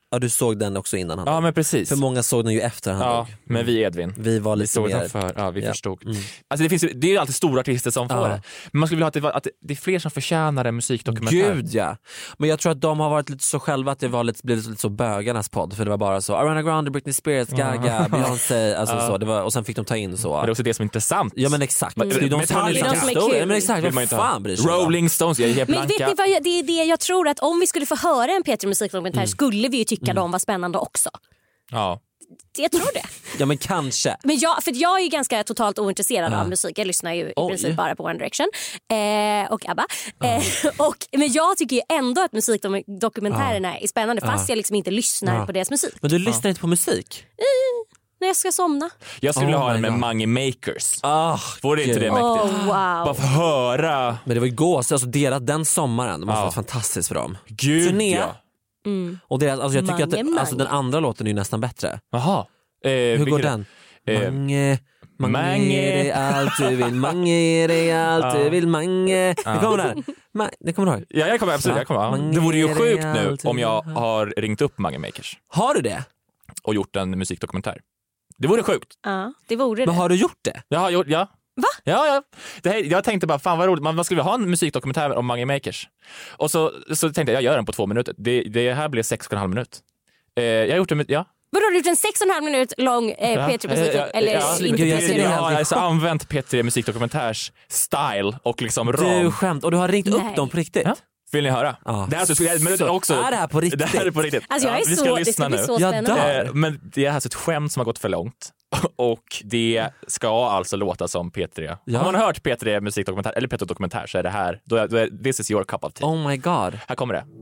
Ja, du såg den också innan han Ja, dog. Men precis. För många såg den ju efter han ja, dog. Men vi Edvin. Vi var lite vi såg mer... för, ja, vi ja. förstod. Mm. Alltså det, finns, det är ju alltid stora artister som får ja. det. Men man skulle vilja ha att det, var, att det är fler som förtjänar en musikdokumentär. Gud ja. Men jag tror att de har varit lite så själva att det var lite, blev lite så bögarnas podd. För det var bara så Ariana Grande, Britney Spears, Gaga, Beyoncé. Alltså ja. så. Det var, och sen fick de ta in så. Men det är också det som är intressant. Ja men exakt. Mm. Det är de som är kul. Men exakt, vad fan bryr sig. Rolling Stones, jag är helt blanka. Men vet ni vad, det är det jag tror att om vi skulle få höra en P tre musikdokumentär mm. skulle vi ju tycka mm. de var spännande också. Ja. Jag tror det. Ja men kanske. Men jag, för jag är ju ganska totalt ointresserad ja. av musik. Jag lyssnar ju i Oj. princip bara på One Direction eh, och ABBA. Ja. Eh, och, men jag tycker ju ändå att musikdokumentärerna ja. är spännande fast ja. jag liksom inte lyssnar ja. på deras musik. Men du lyssnar ja. inte på musik? Eh, när jag ska somna. Jag skulle oh ha en med Mange Makers. Oh, Får det inte det mäktigt? Oh, wow. Bara för höra. Men det var ju gås, alltså deras, den sommaren. Det måste ja. vara fantastiskt för dem. Gud Turné. Ja. Mm. Och deras, alltså jag tycker mange, att alltså, den andra låten är ju nästan bättre. Jaha. Eh, Hur går den? Eh, mange, mange, mange är det allt du vill. Mange är det allt du vill. Mange. Ja. Det kommer där. Ma- det kommer du ihåg? Ja, jag kommer absolut. Jag kommer. Det vore ju sjukt nu om jag har ringt upp Mange Makers. Har du det? Och gjort en musikdokumentär. Det vore sjukt. Ja, det vore det. Men har du gjort det? Jag har gjort, ja. Va? Ja, ja. Det här, jag tänkte bara, fan vad roligt. Man, man skulle ha en musikdokumentär om Mange Makers. Och så, så tänkte jag, jag gör den på två minuter. Det, det här blev sex och en halv minut. Eh, jag har gjort det, ja. Vadå, har du gjort en sex och en halv minut lång eh, P tre musik? Ja, eller ja, inte jag, jag, jag har alltså använt P tre musikdokumentärs style och liksom ram. Du skämt, och du har ringt Nej. upp dem på riktigt? Ja. Vill ni höra? Ah, det här så, men det är också, är det här på riktigt? Det här är på riktigt. Alltså jag är ja, vi så, ska lyssna det ska bli nu. så spännande. Eh, men det är alltså ett skämt som har gått för långt. Och det ska alltså låta som P tre. Ja. Har man hört P tre musikdokumentär eller P tre dokumentär så är det här. Då är, då är, this is your cup of tea. Oh my god. Här kommer det.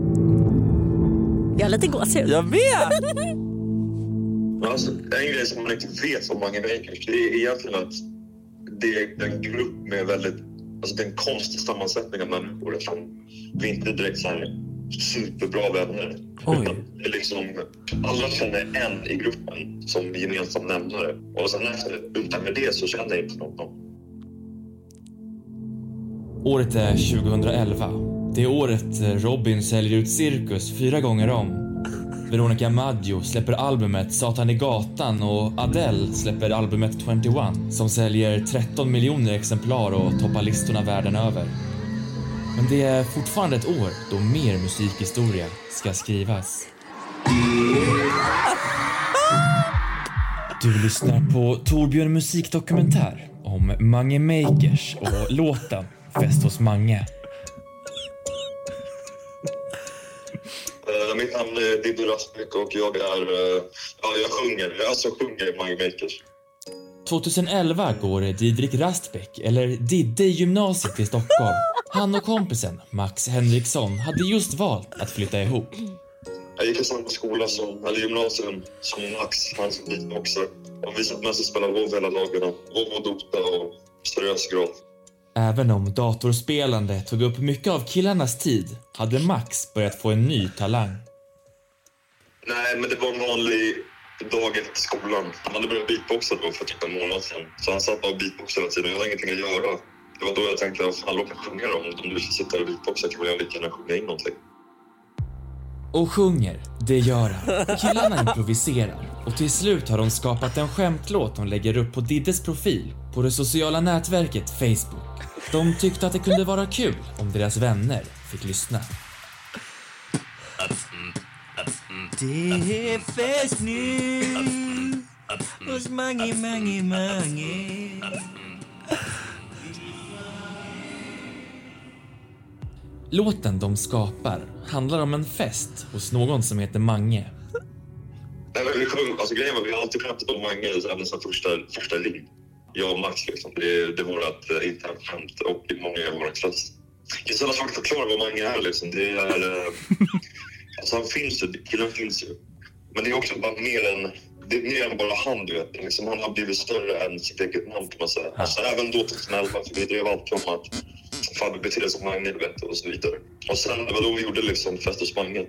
Jag har lite gåshud. Jag vet! Alltså, en grej som man inte vet om Mange Makers, det är egentligen att det är en grupp med väldigt, alltså det är en konstig sammansättning av människor som vi inte direkt så här superbra vänner. Utan det är liksom, alla känner en i gruppen som gemensam nämnare. Och sen efter, utan med det så känner jag inte någon. Året är tjugohundraelva. Det är året Robin säljer ut Cirkus fyra gånger om. Veronica Maggio släpper albumet Satan i gatan och Adele släpper albumet tjugoett som säljer tretton miljoner exemplar och toppar listorna världen över. Men det är fortfarande ett år då mer musikhistoria ska skrivas. Du lyssnar på Torbjörn musikdokumentär om Mange Makers och låten Fest hos Mange. Uh, mitt namn är Diddy Rasmik och jag är, uh, ja jag sjunger, jag alltså sjunger Mange Makers. tjugoelva går Didrik Rastbäck, eller Didde, i gymnasiet i Stockholm. Han och kompisen, Max Henriksson, hade just valt att flytta ihop. Jag gick i samma skola som, eller gymnasium, som Max, han som beatboxer. Och vi satt mest och spelade WoW hela dagarna. WoW och Dota och seriös grad. Även om datorspelande tog upp mycket av killarnas tid hade Max börjat få en ny talang. Nej, men det var en vanlig dag efter skolan. Han hade börjat beatboxa då för typ en månad sedan. Så han satt bara och beatboxade hela tiden. Jag hade ingenting att göra. Det var då jag tänkte att han låt mig sjunga dem. Om du sitter och beatboxar kan jag lika gärna sjunga in någonting. Och sjunger, det gör han. Killarna improviserar. Och till slut har de skapat en skämtlåt de lägger upp på Diddes profil på det sociala nätverket Facebook. De tyckte att det kunde vara kul om deras vänner fick lyssna. Det är fest nu hos Mange, Mange, Mange. Låten de skapar handlar om en fest hos någon som heter Mange. Nej, men vi sjöng, alltså grejen var vi har alltid skämtat om Mange även som första, första ring. Jag och Max liksom, det, det var ett uh, internt skämt och många i vår klass. Det är så svårt att förklara vad Mange är liksom, det är... Uh, alltså han finns ju, killen finns ju. Men det är också bara mer än, det är mer än bara han, du vet. Liksom, han har blivit större än sitt eget namn kan man säga. Ja. Alltså även då tjugoelva, för vi drev alltid om att fan vi beter sig som Mange, du vet, och så vidare. Och sen det var då vi gjorde liksom Fest hos Mange.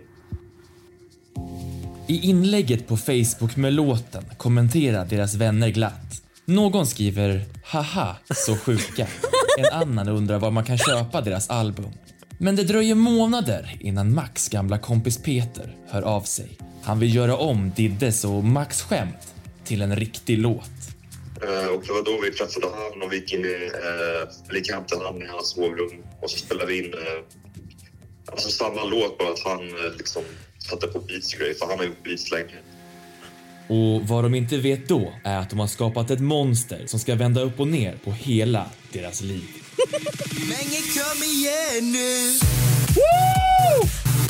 I inlägget på Facebook med låten kommenterar deras vänner glatt. Någon skriver, haha, så sjuka. En annan undrar var man kan köpa deras album. Men det dröjer månader innan Max gamla kompis Peter hör av sig. Han vill göra om Diddes och Max skämt till en riktig låt. Uh, och det var då vi träffade honom och vi gick in i uh, likanten han i hans sovrum och så spelade vi in uh, alltså samma låt, bara att han uh, liksom satte på beats och grejer, för han har gjort beats länge. Och vad de inte vet då är att de har skapat ett monster som ska vända upp och ner på hela deras liv. Mange kom igen nu. Woo!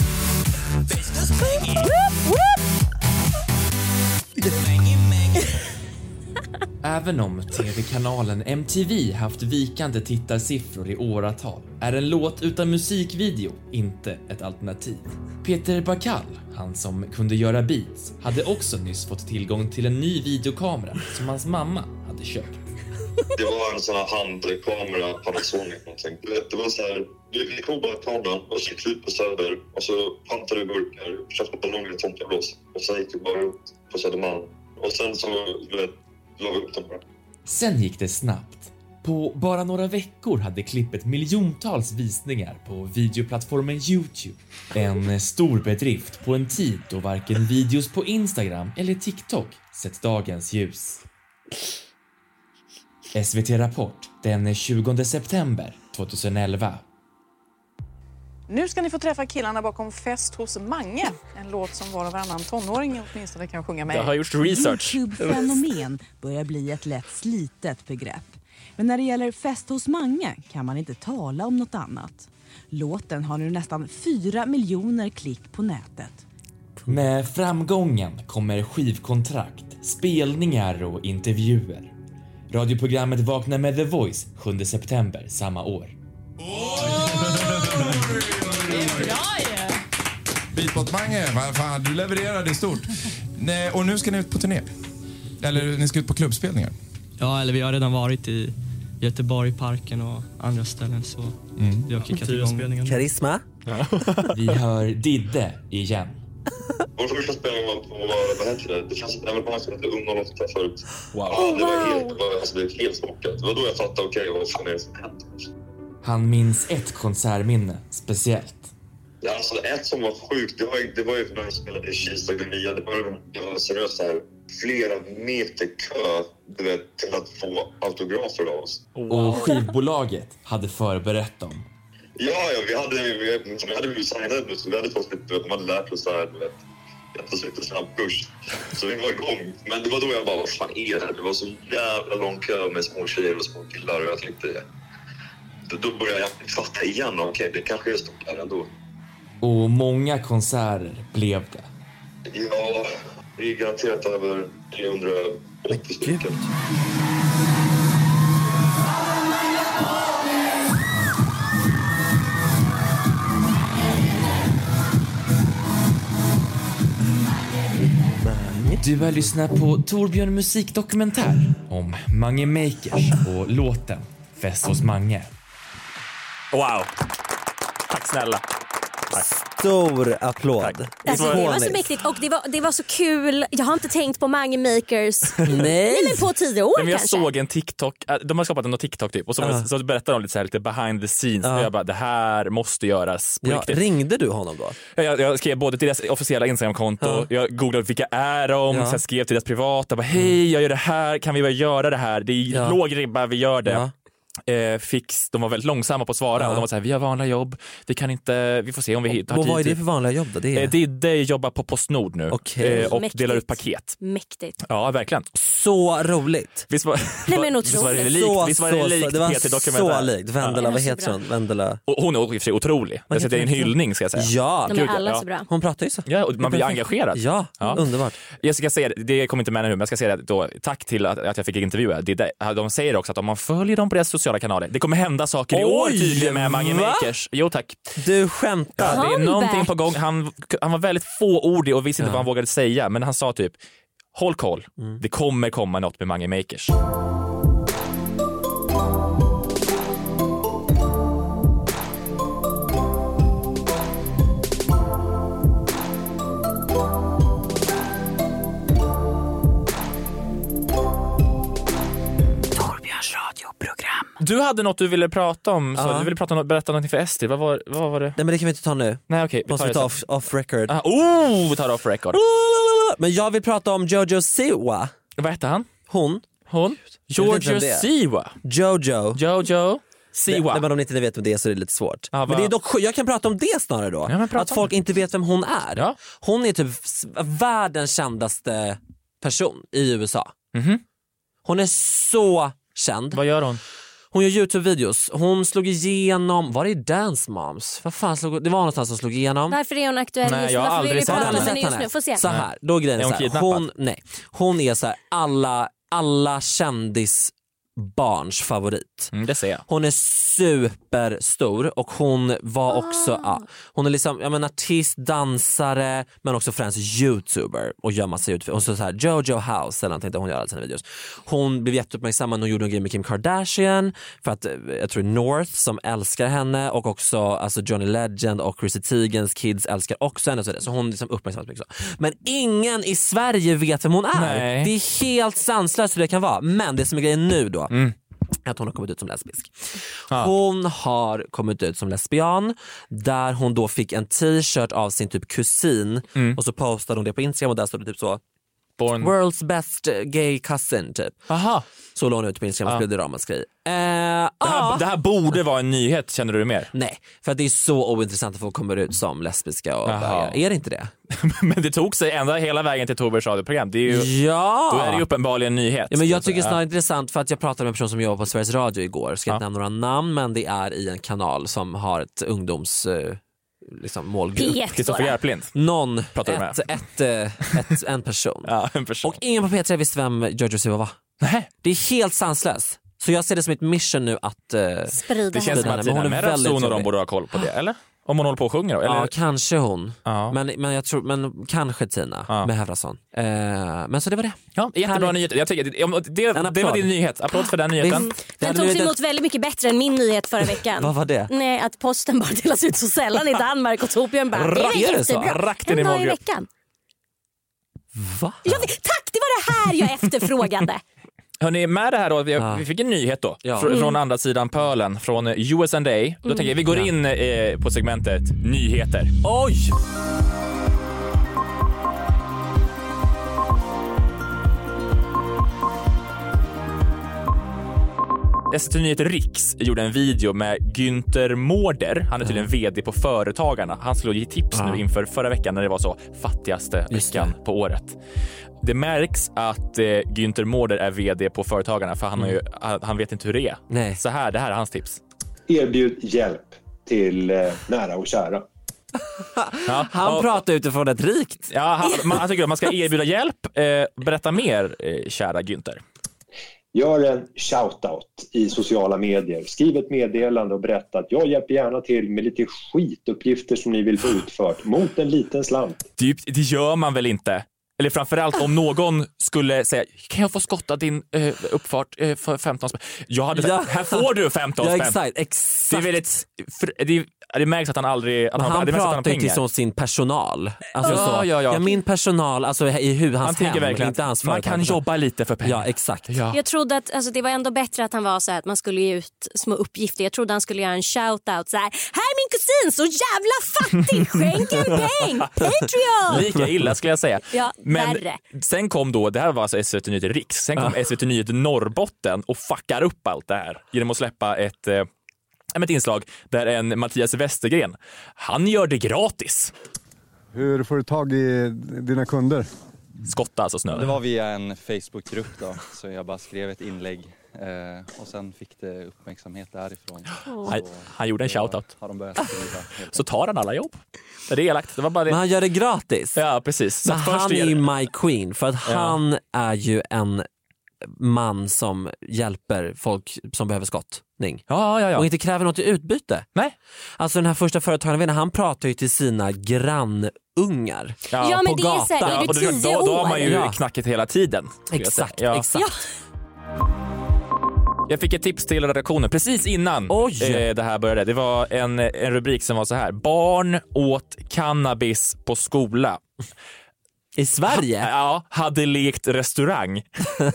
Även om tv-kanalen M T V haft vikande tittarsiffror i åratal är en låt utan musikvideo inte ett alternativ. Peter Bakal, han som kunde göra beats, hade också nyss fått tillgång till en ny videokamera som hans mamma hade köpt. Det var en sån här handkamera, Panasonic någonting. Det var så här, vi kom bara kameran och så gick ut på Söder och så pantade vi burkar, köpte ballonger i tomteblås och sen gick vi bara ut på Södermalm. Och sen så la vi upp dem bara. Sen gick det snabbt. På bara några veckor hade klippet miljontals visningar på videoplattformen YouTube. En stor bedrift på en tid då varken videos på Instagram eller TikTok sett dagens ljus. S V T Rapport den tjugonde september tjugoelva. Nu ska ni få träffa killarna bakom Fest hos Mange. En låt som var och varannan tonåring åtminstone kan sjunga med. Jag har gjort research. YouTube-fenomen börjar bli ett lätt slitet begrepp. Men när det gäller Fest hos Mange kan man inte tala om något annat. Låten har nu nästan fyra miljoner klick på nätet. Med framgången kommer skivkontrakt, spelningar och intervjuer. Radioprogrammet vaknar med The Voice sjunde september samma år. Beatbot Mange, vad fan, du levererade stort. Nej, och nu ska ni ut på turné. Eller ni ska ut på klubbspelningar. Ja, eller vi har redan varit i Göteborg, Parken och andra ställen, så mm. vi har kickat igång. Karisma. Ja. Vi hör Didde igen. Vår första spelning var på, vad heter det? Det känns även på något sätt ung och åtta förut. Wow. Ja, det var helt, det var, alltså, det var helt smockat. Det var då jag fattade, okej, okay, vad fan är det som hänt? Han minns ett konsertminne speciellt. Ja, alltså ett som var sjukt, det var, det var ju när vi spelade i Kista Gunia. Det var, det var seriöst så här, flera meter kö, du vet, till att få autografer av oss. Och skivbolaget hade förberett dem. Ja, ja, vi hade vi, vi hade ju signat nu, så vi hade fått lite, de hade lärt oss så här, du vet, jättes lite snabb kurs. Så vi var igång. Men det var då jag bara, vad fan är det här? Det var så jävla lång kö med små tjejer och små killar och jag tänkte, då började jag fatta igen, okej, okay, det kanske är stort här ändå. Och många konserter blev det. Ja, det är garanterat över trehundraåttio stycken. Du har lyssnat på Torbjörn musikdokumentär om Mange Makers och låten Fest hos Mange. Wow. Tack snälla. Tack. Stor applåd. Alltså, det var så mäktigt och det var, det var så kul. Jag har inte tänkt på Mange Makers. Nej. Nej, men på tio år men jag kanske. såg en TikTok, de har skapat en TikTok typ och så, uh. så berättade de lite så här, lite behind the scenes uh. och jag bara, det här måste göras på ja, riktigt. Ringde du honom då? Jag, jag skrev både till deras officiella Instagram-konto, uh. jag googlade vilka är de, uh. sen skrev till deras privata, bara, hej jag gör det här, kan vi väl göra det här? Det är uh. låg ribba, vi gör det. Uh. Eh, fix, de var väldigt långsamma på att svara. Ja. Och de var så här, vi har vanliga jobb. Vi kan inte, vi får se om vi hittar tid. Och vad är det för vanliga jobb då? Det är... Eh, Didde jobbar på PostNord nu. Okay. eh, Och Mäktigt. delar ut paket. Mäktigt. Ja, verkligen. Så roligt. Visst var, Nej, men visst var det likt, så, visst var det likt så, det var P T-dokumentär. så likt. Vendela, ja. vad heter hon? Vendela. Och hon är också otrolig. Det är en hyllning ska jag säga. Ja, de är alla så bra. Hon pratar ju så. Ja, och man blir engagerad. Ja, ja, underbart. Jag ska säga, det kommer inte med nu, men jag ska säga då, tack till att, att jag fick intervjua. Det, de säger också att om man följer dem på deras sociala kanaler, det kommer hända saker i år tydligen med Mange Makers. Jo tack. Du skämtar. Ja, det är någonting på gång. Han, han var väldigt fåordig och visste inte ja. vad han vågade säga, men han sa typ, håll koll, mm. det kommer komma något med Mange Makers. du hade något du ville prata om. Så. Uh-huh. Du ville prata om, berätta något för Estrid. Vad var, vad var det? Nej, men det kan vi inte ta nu. Nej, okej. Okay. Måste vi ta off, off record. Uh, oh, vi tar off record. Men jag vill prata om Jojo Siwa. Vad heter han? Hon. Hon? Jojo Siwa. Jojo. Jojo Siwa. Men om ni inte vet vem det är så är det lite svårt. Ah, men det är dock, jag kan prata om det snarare då. Ja, att folk inte vet vem hon är. Ja. Hon är typ världens kändaste person i U S A. Mm-hmm. Hon är så känd. Vad gör hon? Hon gör YouTube-videos. Hon slog igenom, var det Dance Moms? Vad fan slog, det var någonstans som slog igenom. Varför är hon aktuell? Nej, jag har aldrig sett henne. Just nu? Får se. Så här, då grejen är, är hon så här, hon, nej, hon är så här, alla, alla kändis barns favorit. Mm, det ser jag. Hon är superstor och hon var också, ah. ja, hon är liksom, jag menar, artist, dansare, men också främst YouTuber och gör massa YouTube. Hon så så här Jojo House eller någonting där hon gör alla sina videos. Hon blev jätteuppmärksammad när hon gjorde en grej med Kim Kardashian för att jag tror North som älskar henne och också alltså Johnny Legend och Chrissy Teigens kids älskar också henne och så, så hon liksom uppmärksammas mycket så. Men ingen i Sverige vet vem hon är. Nej. Det är helt sanslöst hur det kan vara. Men det som är grejen nu då, Mm. att hon har kommit ut som lesbisk. Ja. Hon har kommit ut som lesbian där hon då fick en t-shirt av sin typ kusin mm. och så postade hon det på Instagram och där stod det typ så Born. World's best gay cousin typ. Aha. Så låg hon ut på Instagram och blev det ramaskri. Eh, det, här, ah. det här borde vara en nyhet, känner du det mer? Nej, för att det är så ointressant att folk kommer ut som lesbiska och bögar. Är det inte det? Men det tog sig ända hela vägen till Torbjörns radioprogram. Det är ju, ja. Då är det ju uppenbarligen en nyhet. Ja, men jag tycker snarare ja. intressant för att jag pratade med en person som jobbar på Sveriges Radio igår. Ska inte ja. nämna några namn, men det är i en kanal som har ett ungdoms... liksom målgrupp. Kristoffer Järplind. Någon, pratar ett, ett, ett, ett, en person. Ja, en person. Och ingen på P tre visste vem Jojo Siwa var. Nej. Det är helt sanslöst. Så jag ser det som ett mission nu att uh, sprida. Det känns som att Tina Merafson och de borde ha koll på det, eller? Om hon håller på och sjunger då? Eller? Ja, kanske hon. Ja. Men, men jag tror, men kanske Tina ja. med Hefrason. Uh, men så det var det. Ja, jättebra nyhet. Jag tycker, det, det, det var din nyhet. Applåd för den nyheten. Mm. Den tog sig emot väldigt mycket bättre än min nyhet förra veckan. Vad var det? Nej, att posten bara delas ut så sällan i Danmark och Torbjörn bara, det är jättebra. Rakten en i dag i veckan. Va? Ja, tack, det var det här jag efterfrågade. Hörrni, med det här då, vi, ja. vi fick en nyhet då ja. fr- från mm. andra sidan pölen, från U S A. Då mm. tänker jag, vi går in eh, på segmentet nyheter. Oj! S V T Nyheter Riks gjorde en video med Günther Mårder. Han är tydligen mm. vd på Företagarna. Han skulle ge tips ja. nu inför förra veckan när det var så fattigaste veckan på året. Det märks att eh, Günther Mårder är vd på Företagarna för han, mm. har ju, han vet inte hur det är. Nej. Så här, det här är hans tips. Erbjud hjälp till eh, nära och kära. Ja, han och, pratar utifrån ett rikt. Ja, han, man, han tycker att man ska erbjuda hjälp. Eh, berätta mer, eh, kära Günther. Gör en shoutout i sociala medier. Skriv ett meddelande och berätta att jag hjälper gärna till med lite skituppgifter som ni vill få utfört mot en liten slant. Det, det gör man väl inte? Eller framförallt om någon skulle säga, kan jag få skotta din uh, uppfart uh, för femton spänn? Jag hade sagt, ja. här får du femton spänn. Ja, exakt, exakt. Det är väldigt, för, det, det märks att han aldrig... Att han, han det pratar inte som sin personal. Alltså, ja, så, ja, ja. ja, min personal, alltså i hur hans han hem, verkligen inte hans man kan jobba lite för pengar. Ja, exakt. Ja. Jag trodde att alltså, det var ändå bättre att han var så här, att man skulle ge ut små uppgifter. Jag trodde han skulle göra en shoutout så här, här är min kusin, så jävla fattig, skänk en peng, Patreon! Lika illa skulle jag säga. Ja, men värre. Sen kom då, det här var alltså S V T Nyheter Riks, sen kom ja. S V T Nyheter Norrbotten och fuckar upp allt det här genom att släppa ett, eh, ett inslag där en Mattias Westergren, han gör det gratis. Hur får du tag i dina kunder? Skotta alltså snö. Det var via en Facebookgrupp då, så jag bara skrev ett inlägg eh, och sen fick det uppmärksamhet därifrån. Oh. Han, han gjorde en shoutout. Har de börjat skriva. Så tar han alla jobb. Det är elakt. Det var bara det. Men han gör det gratis. Ja, precis. Så men han är ju my queen för att ja. han är ju en man som hjälper folk som behöver skottning. Ja, ja, ja. Och inte kräver något i utbyte. Nej. Alltså den här första företagaren, han pratar ju till sina grannungar. Ja, ja men på det gatan. Är så här, är du tio ja, då, då har man ju ja. knacket hela tiden. Exakt, ja. exakt. Ja. Jag fick ett tips till redaktionen precis innan eh, det här började. Det var en, en rubrik som var så här: barn åt cannabis på skola. I Sverige? Ha, ja, hade lekt restaurang.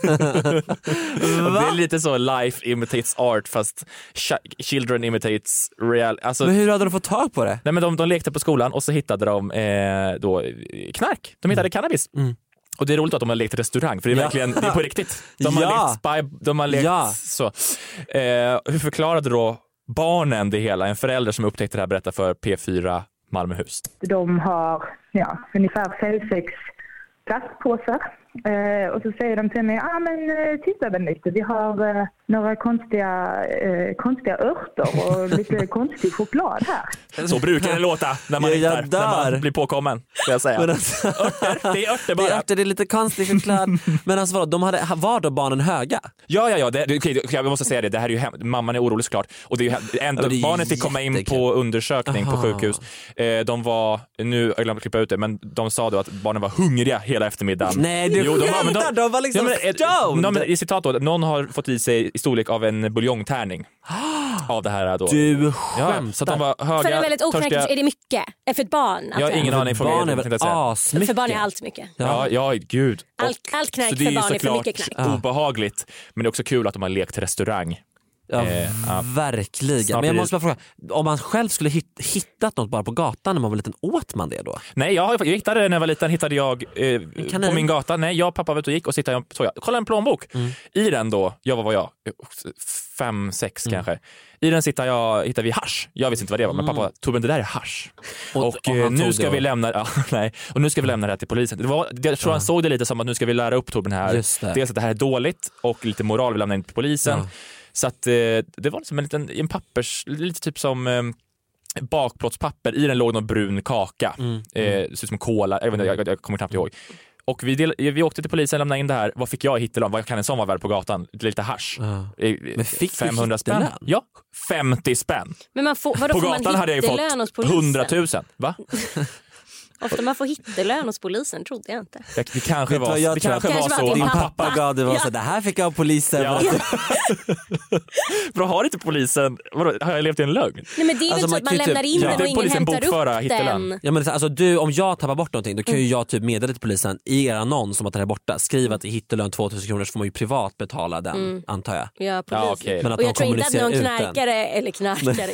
Det är lite så life imitates art fast children imitates real. Alltså, men hur hade de fått tag på det? Nej, men de, de lekte på skolan och så hittade de eh, då, knark. De hittade mm. cannabis. Mm. Och det är roligt att de har lekt restaurang för det är ja. verkligen det är på riktigt. De ja. har lekt spy, de har lekt ja. så. Eh, hur förklarade då barnen det hela? En förälder som upptäckte det här berättar för P fyra Malmöhus. De har ja, ungefär fem sex plastpåsar. Eh, och så säger de till mig, ja ah, men titta väl lite, vi har eh, några konstiga, eh, konstiga örter och lite konstig choklad här. Så brukar det låta när man, jag hittar, när man blir påkommen, ska jag säga. Alltså, örter, det är örter bara. Det är örter, det är lite konstig choklad. Men alltså vadå, de hade, var då barnen höga? Ja, ja, ja, det, okay, jag måste säga det, det här är ju hem, mamman är orolig såklart. Och det är ju, ändå, ja, det är barnen fick komma in på undersökning Aha. på sjukhus. Eh, de var, nu jag glömde klippa ut det, men de sa då att barnen var hungriga hela eftermiddagen. Nej, du jo, de var, men de, de var liksom ja, men, de, i citat då, någon har fått i sig i storlek av en buljongtärning av det här då. Du skämtar. Ja, så att de var höga, för det är väldigt osäkert, är det mycket? För ett barn? Jag har ingen aning. För barn är väl asmycket. För barn är allt mycket. Ja, ja gud. Allt, allt knark för barn är för mycket knark. Det är obehagligt, men det är också kul att de har lekt restaurang. Ja, eh, ja, verkligen. Snart men jag måste bara fråga, om man själv skulle hitt, hittat något bara på gatan när man var liten, åt man det då? Nej, jag, jag hittade när jag var liten, hittade jag eh, på min gata. Nej, jag och pappa var ute och gick och sittade, så jag, kolla en plånbok. Mm. I den då, jag var vad jag, fem, sex mm. kanske. I den sitter jag, hittar vi hasch. Jag visste inte vad det var, men pappa tog men det där är hasch. Och, och, och nu ska vi lämna ja, nej, och nu ska vi lämna det här till polisen. Det var, jag tror han såg det lite som att nu ska vi lära upp Torben här. Dels att det här är dåligt och lite moral vi lämnar in till polisen. Ja. Så att eh, det var liksom en liten en pappers, lite typ som eh, bakplåtspapper. I den låg någon brun kaka. Mm. Eh, det ser ut som kola, jag, vet inte, jag, jag kommer knappt ihåg. Och vi, del, vi åkte till polisen och lämnade in det här. Vad fick jag i hittelön? Vad kan en sån vara värd på gatan? Lite hasch. Ja. Men fick femhundra spänn? Ja, femtio spänn. Men man får, vadå, på får gatan man hade jag ju fått hundratusen. Va? Ofta man får hittelön hos polisen, trodde jag inte. Det, det kanske var, det kanske var så. Din pappa gav det var ja. så, det här fick jag av polisen. Ja. Bra, har inte polisen, vadå, har jag levt i en lögn? Nej, men det är alltså, väl så att man lämnar in ja. den och ingen hämtar upp hittelön. den. Ja, men alltså, du, om jag tappar bort någonting, då kan ju jag typ meddela till polisen i er annons som att det här är borta. Skriv att i hittelön tvåtusen kronor så får man ju privat betala den, mm. antar jag. Ja, ja okay. Men att och jag tror inte att någon knarkare, eller knarkare,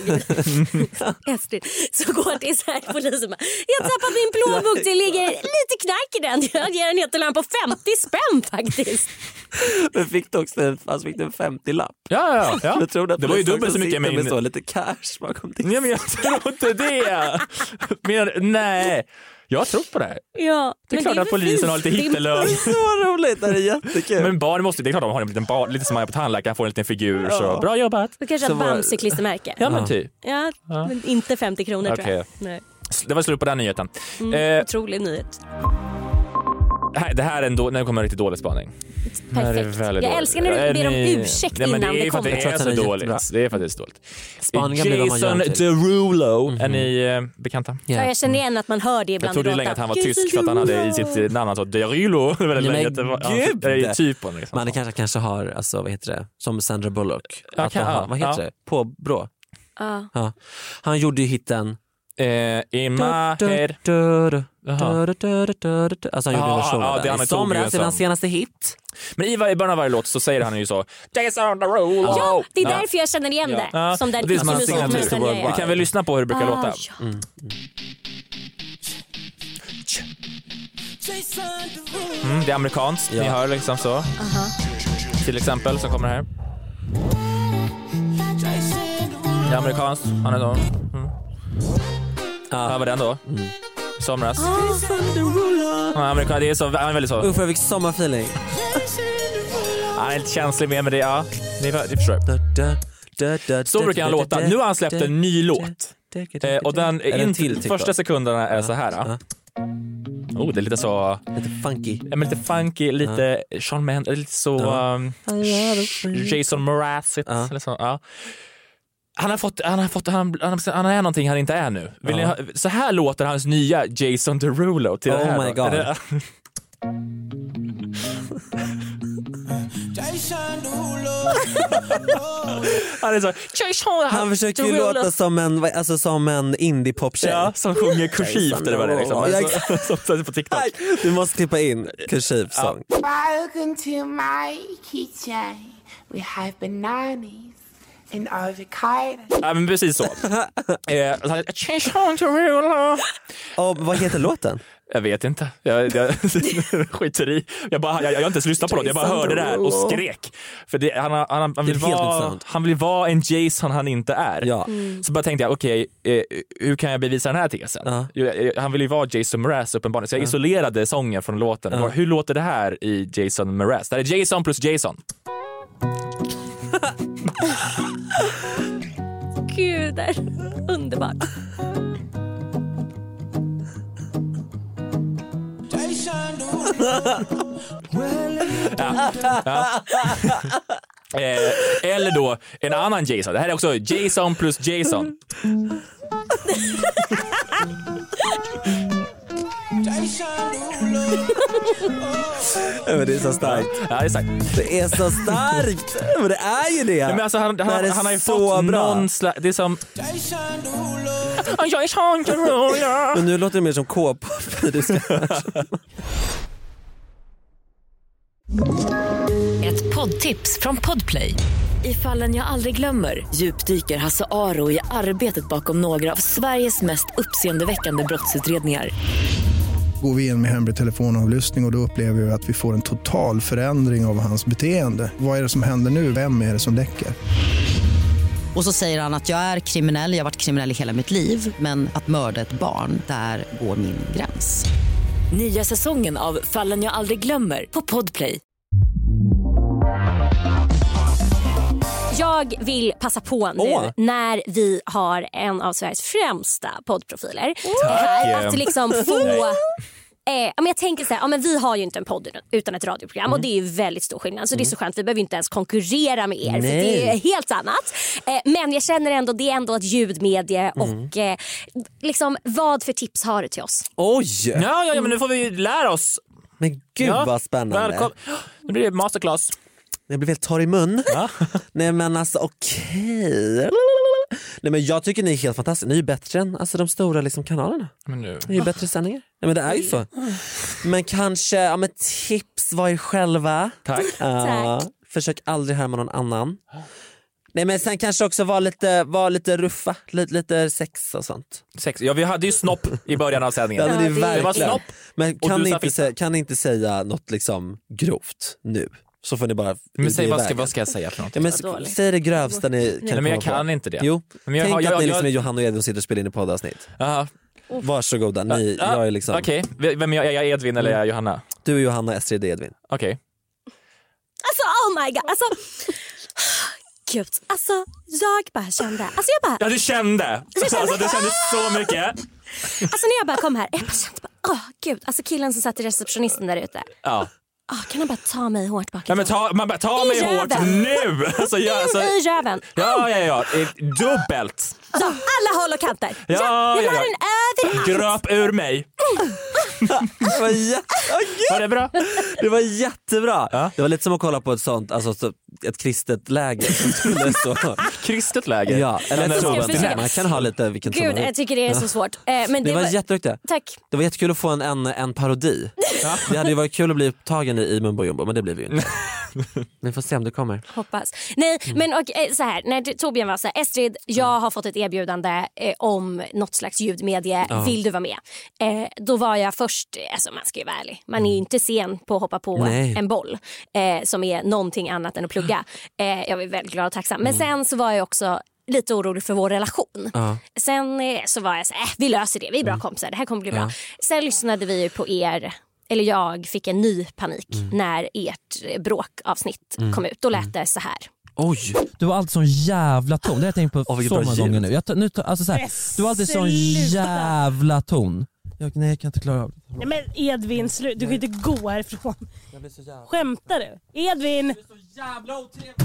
så går till så här polisen bara, jag tappar min plånbok till lite knark i den. Jag ger en hittelön på femtio spänn faktiskt. Men fick du också alltså fick du en femtio-lapp? Ja, ja, ja. Jag tror att det var ju dubbelt så mycket med, med så lite cash bakom till. Nej, men jag tror inte det. Men nej. Jag har trott på det här. Ja, det är klart det är att polisen fint. Har lite hittelön. Det är så roligt, det är jättekul. Men barn måste, det är klart de har en liten barn, lite som man är på tandläkaren, får en liten figur. Ja. Så bra jobbat. Det kanske ett Bamse-klistermärke. Ja, men typ. Ja, ja. Men inte femtio kronor okay. tror jag. Nej. Det var slut på den nyheten. Mm, eh, otrolig nyhet. Det här är en då, när det kommer en riktigt dålig spaning. Perfekt. Jag dåligt. älskar när du ber om ursäkt ja, innan det, det kommer. Det är, så är dåligt. Det är faktiskt dåligt. Spaningen Jason Derulo. Mm-hmm. Är ni eh, bekanta? Yeah. Ja, jag känner igen att man hör det ibland. Jag trodde länge att han var tysk för att han hade i sitt namn han sa Derulo. Det var väldigt länge. Det var, ja, ja, typen, liksom. Man kanske, kanske har, alltså, vad heter det? Som Sandra Bullock. Ja, kan, har, ja, vad heter ja. det? På brå. Ja. Ja. Han gjorde ju hitten Eh, I my head. Alltså han gjorde en version av den. I somras är hans senaste hit. Men i början av varje låt så säger han ju så Jason Derulo. Ja, det är därför jag känner igen det. Ja. Som där det är som han signatur. Vi kan väl lyssna på hur det brukar ah, låta. Ja. Mm. Mm, det är amerikanskt. Ja. Ni hör liksom så. Uh-huh. Till exempel som kommer här. Det är amerikanskt. Han är så. Mm. Ja, här var den då. Mm. Somras. Ja, amerikan, det är så, han är väldigt så. Uff, jag fick sommarfeeling. Han är lite känslig med, men det, ja, ni, ni förstår. Så brukar han låta. Nu har han släppt en ny låt. Eh, och den, in till första sekunderna är så här. Ja. Oh, det är lite så... Lite funky. Ja, men lite funky, lite ja. Sean Mendes, lite så... Ja. Um, Jason Mraz. Ja. Ja. Han har fått han har fått han, han, han är någonting han inte är nu. Vill ja. ni ha, så här låter hans nya Jason Derulo till oh det här. My God. Det, Han är så, han försöker ju låta som en, alltså som en indie-pop-tjej. Ja, som sjunger kursivt eller vad det är liksom. Som, som på TikTok. Du måste klippa in kursiv sång. Welcome to my kitchen. We have bananas and avocado. Ja, men precis så. Och vad heter låten? Jag vet inte. Jag, jag skiter i. Jag, bara, jag, jag har inte ens lyssnat på det. Jag bara hörde det här och skrek. För det, han, han, han, vill vara, han vill vara en Jason han inte är. Ja. Mm. Så bara tänkte jag, okej, okay, eh, hur kan jag bevisa den här tesen? Uh. Han vill ju vara Jason Mraz uppenbarligen. Så jag uh. isolerade sången från låten. Uh. Hur låter det här i Jason Mraz? Det är Jason plus Jason. Gud, det är underbart. ja. Ja. eh, eller då en annan Jason. Det här är också Jason plus Jason. Ja, men det är så starkt. Ja, det är starkt. Det är så starkt. Men det är ju det. Ja, men alltså han, han, han, han har ju fått bra. Någon slags, det är som men nu låter det mer som K-pop. Ett poddtips från Podplay. I Fallen jag aldrig glömmer djupdyker Hasse Aro i arbetet bakom några av Sveriges mest uppseendeväckande brottsutredningar. Går vi in med hemlig telefonavlyssning och, och då upplever vi att vi får en total förändring av hans beteende. Vad är det som händer nu? Vem är det som läcker? Och så säger han att jag är kriminell, jag har varit kriminell i hela mitt liv. Men att mörda ett barn, där går min gräns. Nya säsongen av Fallen jag aldrig glömmer på Podplay. Jag vill passa på nu oh. när vi har en av Sveriges främsta poddprofiler oh. här, att liksom få... Eh, men jag tänker så här, ja, men vi har ju inte en podd utan ett radioprogram mm. och det är ju väldigt stor skillnad. Så mm. det är så skönt, vi behöver inte ens konkurrera med er. Nej. För det är helt annat. Eh, men jag känner ändå, det är ändå ett ljudmedie mm. och eh, liksom, vad för tips har du till oss? Oj! Ja, ja, ja men nu får vi lära oss. Men gud ja. Vad spännande. Välkom- nu blir det masterclass. Jag blir helt torr i mun. Ja. Nej men alltså okej. Okay. Nej men jag tycker ni är helt fantastiska. Ni är ju bättre än alltså, de stora liksom, kanalerna. Men nu. Ni är ju bättre sändningar. Nej men det är ju så. Men kanske, ja men tips var er själva. Tack. Uh, Tack. Försök aldrig härma någon annan. Nej men sen kanske också vara lite, var lite ruffa, lite, lite sex och sånt. Sex. Ja vi hade ju snopp i början av sändningen. Ja, det, är det var snopp. Men kan ni, inte säga, kan ni inte säga något liksom grovt nu? Så får ni bara... Men säg, vad, ska, vad ska jag säga för något? Ja, men, säg det grövsta ni kan. Nej, men jag kan inte det. Jo, men jag, tänk jag, att ni jag, liksom jag, är Johanna och Edvin sitter och spelar in i poddavsnitt. Aha. Varsågoda, ni, ja, jag är liksom... Okej, okay. Vem är jag? Är jag Edvin eller är jag Johanna? Du är Johanna, Estrid är Edvin. Okej. Okay. Alltså, oh my god, alltså... Gud, alltså jag bara kände... Alltså jag bara... Ja, du kände! Alltså, alltså du kände så mycket. Alltså när jag bara kom här, jag bara kände bara, åh oh, gud, alltså killen som satt i receptionisten där ute. Ja. Oh, kan han bara ta mig hårt bak? Ja, men ta, man bara, ta mig röven. hårt nu! Alltså, In alltså, i röven. Ja, ja, ja. Dubbelt. Så, alla håll och kanter. Ja, ja, jag ja, har ja. den överallt. Gröp ur mig. Det var, jätte... oh, var det bra? Det var jättebra. Ja. Det var lite som att kolla på ett sånt, alltså ett kristet läger. så... kristet läger? Ja, eller ett sånt. Man kan ha lite vilken Gud, jag tycker det är så svårt. Eh, men det, det var, var... jätteduktigt. Tack. Det var jättekul att få en, en, en parodi. Ja. Det hade ju varit kul att bli upptagen i Mumbo Jumbo, men det blir vi ju inte. Vi får se om du kommer. Hoppas. Nej, mm. men och, så här, när Torbjörn var så här, Estrid, jag mm. har fått ett erbjudande eh, om något slags ljudmedie. Ja. Vill du vara med? Eh, då var jag först, alltså man ska ju vara ärlig, man är ju inte sen på att hoppa på Nej. en boll eh, som är någonting annat än att plugga. Eh, jag var väldigt glad och tacksam. Men mm. sen så var jag också lite orolig för vår relation. Ja. Sen eh, så var jag så här, äh, vi löser det, vi är bra mm. kompisar, det här kommer bli bra. Ja. Sen lyssnade vi ju på er, eller jag fick en ny panik mm. när ert bråkavsnitt mm. kom ut. Då lät det så här. Oj. Du har alltid sån jävla ton. Det har jag tänkt på oh, så många gånger nu. Jag tar, nu tar, alltså så här, du har alltid sån jävla ton. Jag, nej, jag kan inte klara av det. Nej, men Edvin, slut. Du kan inte gå härifrån. Jag blir så jävla... Skämtar du? Edvin! Du är så jävla otrevlig.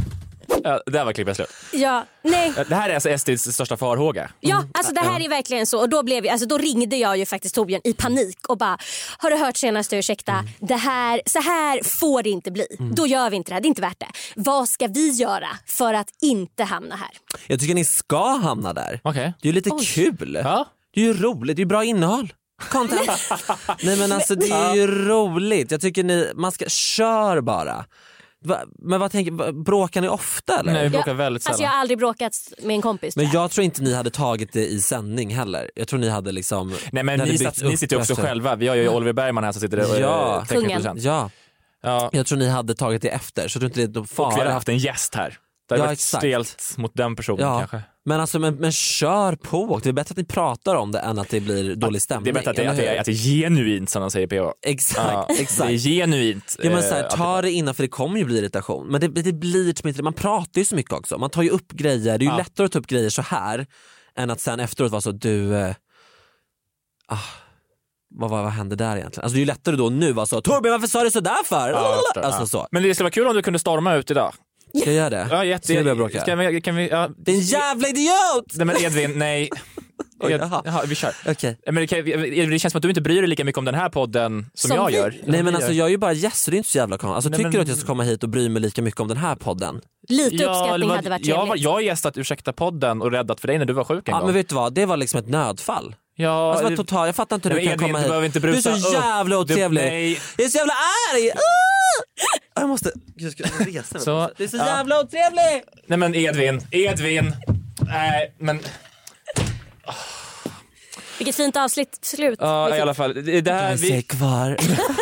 Ja, det här var klippet slut. Ja, nej. Det här är alltså Estids största farhåga. Ja, alltså det här är verkligen så. Och då, blev jag, alltså då ringde jag ju faktiskt Torbjörn i panik och bara, har du hört senaste, ursäkta, mm. det här, så här får det inte bli. Mm. Då gör vi inte det här, det är inte värt det. Vad ska vi göra för att inte hamna här? Jag tycker ni ska hamna där. Okay. Det är ju lite Oj. kul. Ja. Det är ju roligt, det är ju bra innehåll. Content. Nej men alltså det är ju roligt. Jag tycker ni, man ska, kör bara. Va, men vad tänker, bråkar ni ofta eller? Nej, vi bråkar jag, väldigt sällan. Alltså jag har aldrig bråkat med en kompis. Men jag tror inte ni hade tagit det i sändning heller. Jag tror ni hade liksom... Nej men ni, satt, ni sitter ju också själva. Vi har ju Oliver Bergman här som sitter där. Ja, kungen. Ja. Ja. Jag tror ni hade tagit det efter. Så tror inte det är fara. Och vi hade haft en gäst här. Det hade ja, varit exakt. Stelt mot den personen ja. Kanske. Men alltså, men, men kör på. Det är bättre att ni pratar om det än att det blir dålig stämning. Det är bättre att det, att det, är, att det är genuint som de säger P H. Exakt, ja, exakt. Det är genuint. Ja, men så här, ta det innan för det kommer ju bli irritation. Men det, det blir som inte, man pratar ju så mycket också. Man tar ju upp grejer. Det är ju ja. lättare att ta upp grejer så här än att sen efteråt vara så du... Eh, ah, vad, vad, vad hände där egentligen? Alltså det är ju lättare då nu vara så Torbjörn, varför sa du så där för? Ja, alltså, ja. så. Men det skulle vara kul om du kunde storma ut idag. Ska jag göra det? Ja, jätte... Ska vi bråka? Kan vi, kan vi, ja. Det är en jävla idiot! Nej men Edvin, nej. Oj, Ed, jaha, vi kör. Okay. Men det, kan, det känns som att du inte bryr dig lika mycket om den här podden som, som jag gör. Nej men alltså jag är ju bara gäst så det är inte så jävla konstigt. Alltså nej, tycker men... du att jag ska komma hit och bry mig lika mycket om den här podden? Lite ja, uppskattning var, hade varit jag, trevligt. Jag har gästat Ursäkta podden och räddat för dig när du var sjuk en ja, gång. Men vet du vad, det var liksom ett nödfall. Ja, alltså, total, jag fattar inte hur du kan Edvin, komma du hit. Inte du är så jävla upp. otrevlig. Du, nej. Jag är så jävla arg. Uh! Jag måste, jag ska resa mig. Så, det är så ja. jävla otrevlig. Nej men Edvin, Edvin. Nej men... Oh. Vilket fint avslut. Slut. Ja, i alla fall. Det, det här, jag vi... kvar.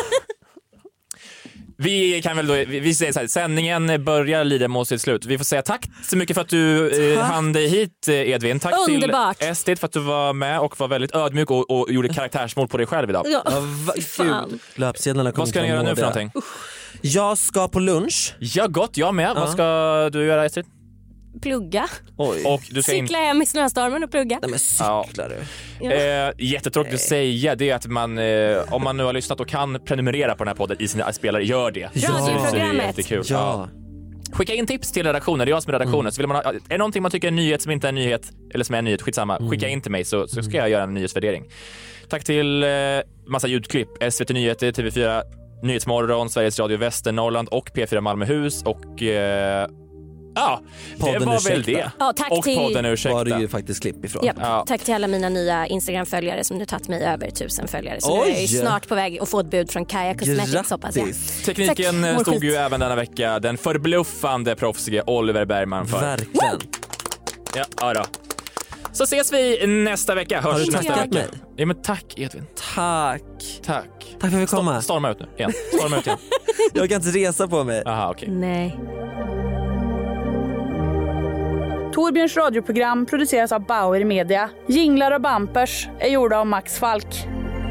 Vi kan väl då, vi säger så här, sändningen börjar lida mot sitt slut. Vi får säga tack så mycket för att du eh, hann dig hit Edvin. Tack Underbart. till Ested för att du var med och var väldigt ödmjuk och, och gjorde karaktärsmål på dig själv idag. Ja, ja va, löpsedlarna kommer. Vad ska ni göra nu för någonting? Jag ska på lunch. Ja gott, jag med. Ja. Vad ska du göra Ested? Plugga. Oj. Och du ska cykla in... hem i snöstormen och plugga. Nej men cyklar du. Ja. Eh, jättetråkigt att säga det är att man, eh, om man nu har lyssnat och kan prenumerera på den här podden i sina spelare, gör det. Ja. Radioprogrammet. Jättekul. Ja. Skicka in tips till redaktionen, det är jag som är redaktionen. Mm. Så vill man ha, är det någonting man tycker är en nyhet som inte är en nyhet, eller som är en nyhet, skitsamma, mm. skicka in till mig så, så ska jag göra en nyhetsvärdering. Tack till eh, massa ljudklipp, S V T Nyheter, T V fyra Nyhetsmorgon, Sveriges Radio Västernorrland och P fyra Malmöhus och... Eh, Ja, det var ursäkta. Väl det. Ja, tack och till... podden Ursäkta. Var det ju faktiskt klipp ifrån. Ja, ja. Tack till alla mina nya Instagram-följare som nu tagit mig över tusen följare. Så Oj. nu är jag snart på väg att få ett bud från Kaja Cosmetics, hoppas jag. Tekniken tack. stod ju även denna vecka den förbluffande proffsige Oliver Bergman för. Verkligen. Ja, ja då. Så ses vi nästa vecka. Hörs Har du nästa tackat vecka. mig? Ja, men tack Edvin. Tack. Tack. Tack för att vi kom. Storma ut nu igen. Storma ut igen. Jag kan inte resa på mig. Aha, okej. Okay. Nej. Torbjörns radioprogram produceras av Bauer Media. Jinglar och bumpers är gjorda av Max Falk.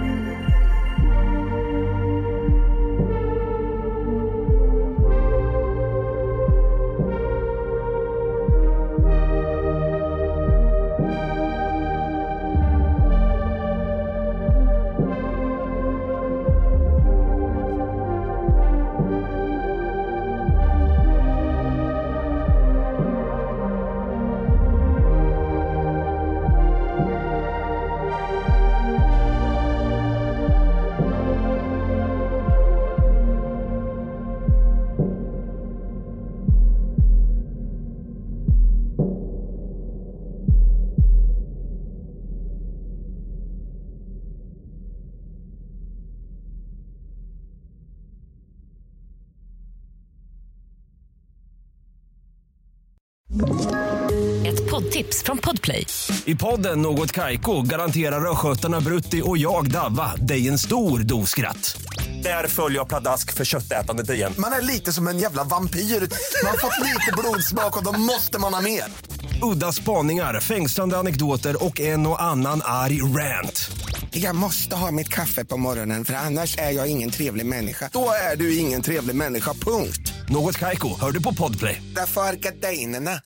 Ett poddtips från Podplay. I podden Något Kaiko garanterar röskötarna Brutti och jag Davva dig en stor dos skratt. Där följer jag pladask för köttätandet igen. Man är lite som en jävla vampyr. Man har fått lite blodsmak och då måste man ha mer. Udda spaningar, fängslande anekdoter och en och annan arg rant. Jag måste ha mitt kaffe på morgonen för annars är jag ingen trevlig människa. Då är du ingen trevlig människa, punkt. Något Kaiko, hör du på Podplay. Därför är gardinerna.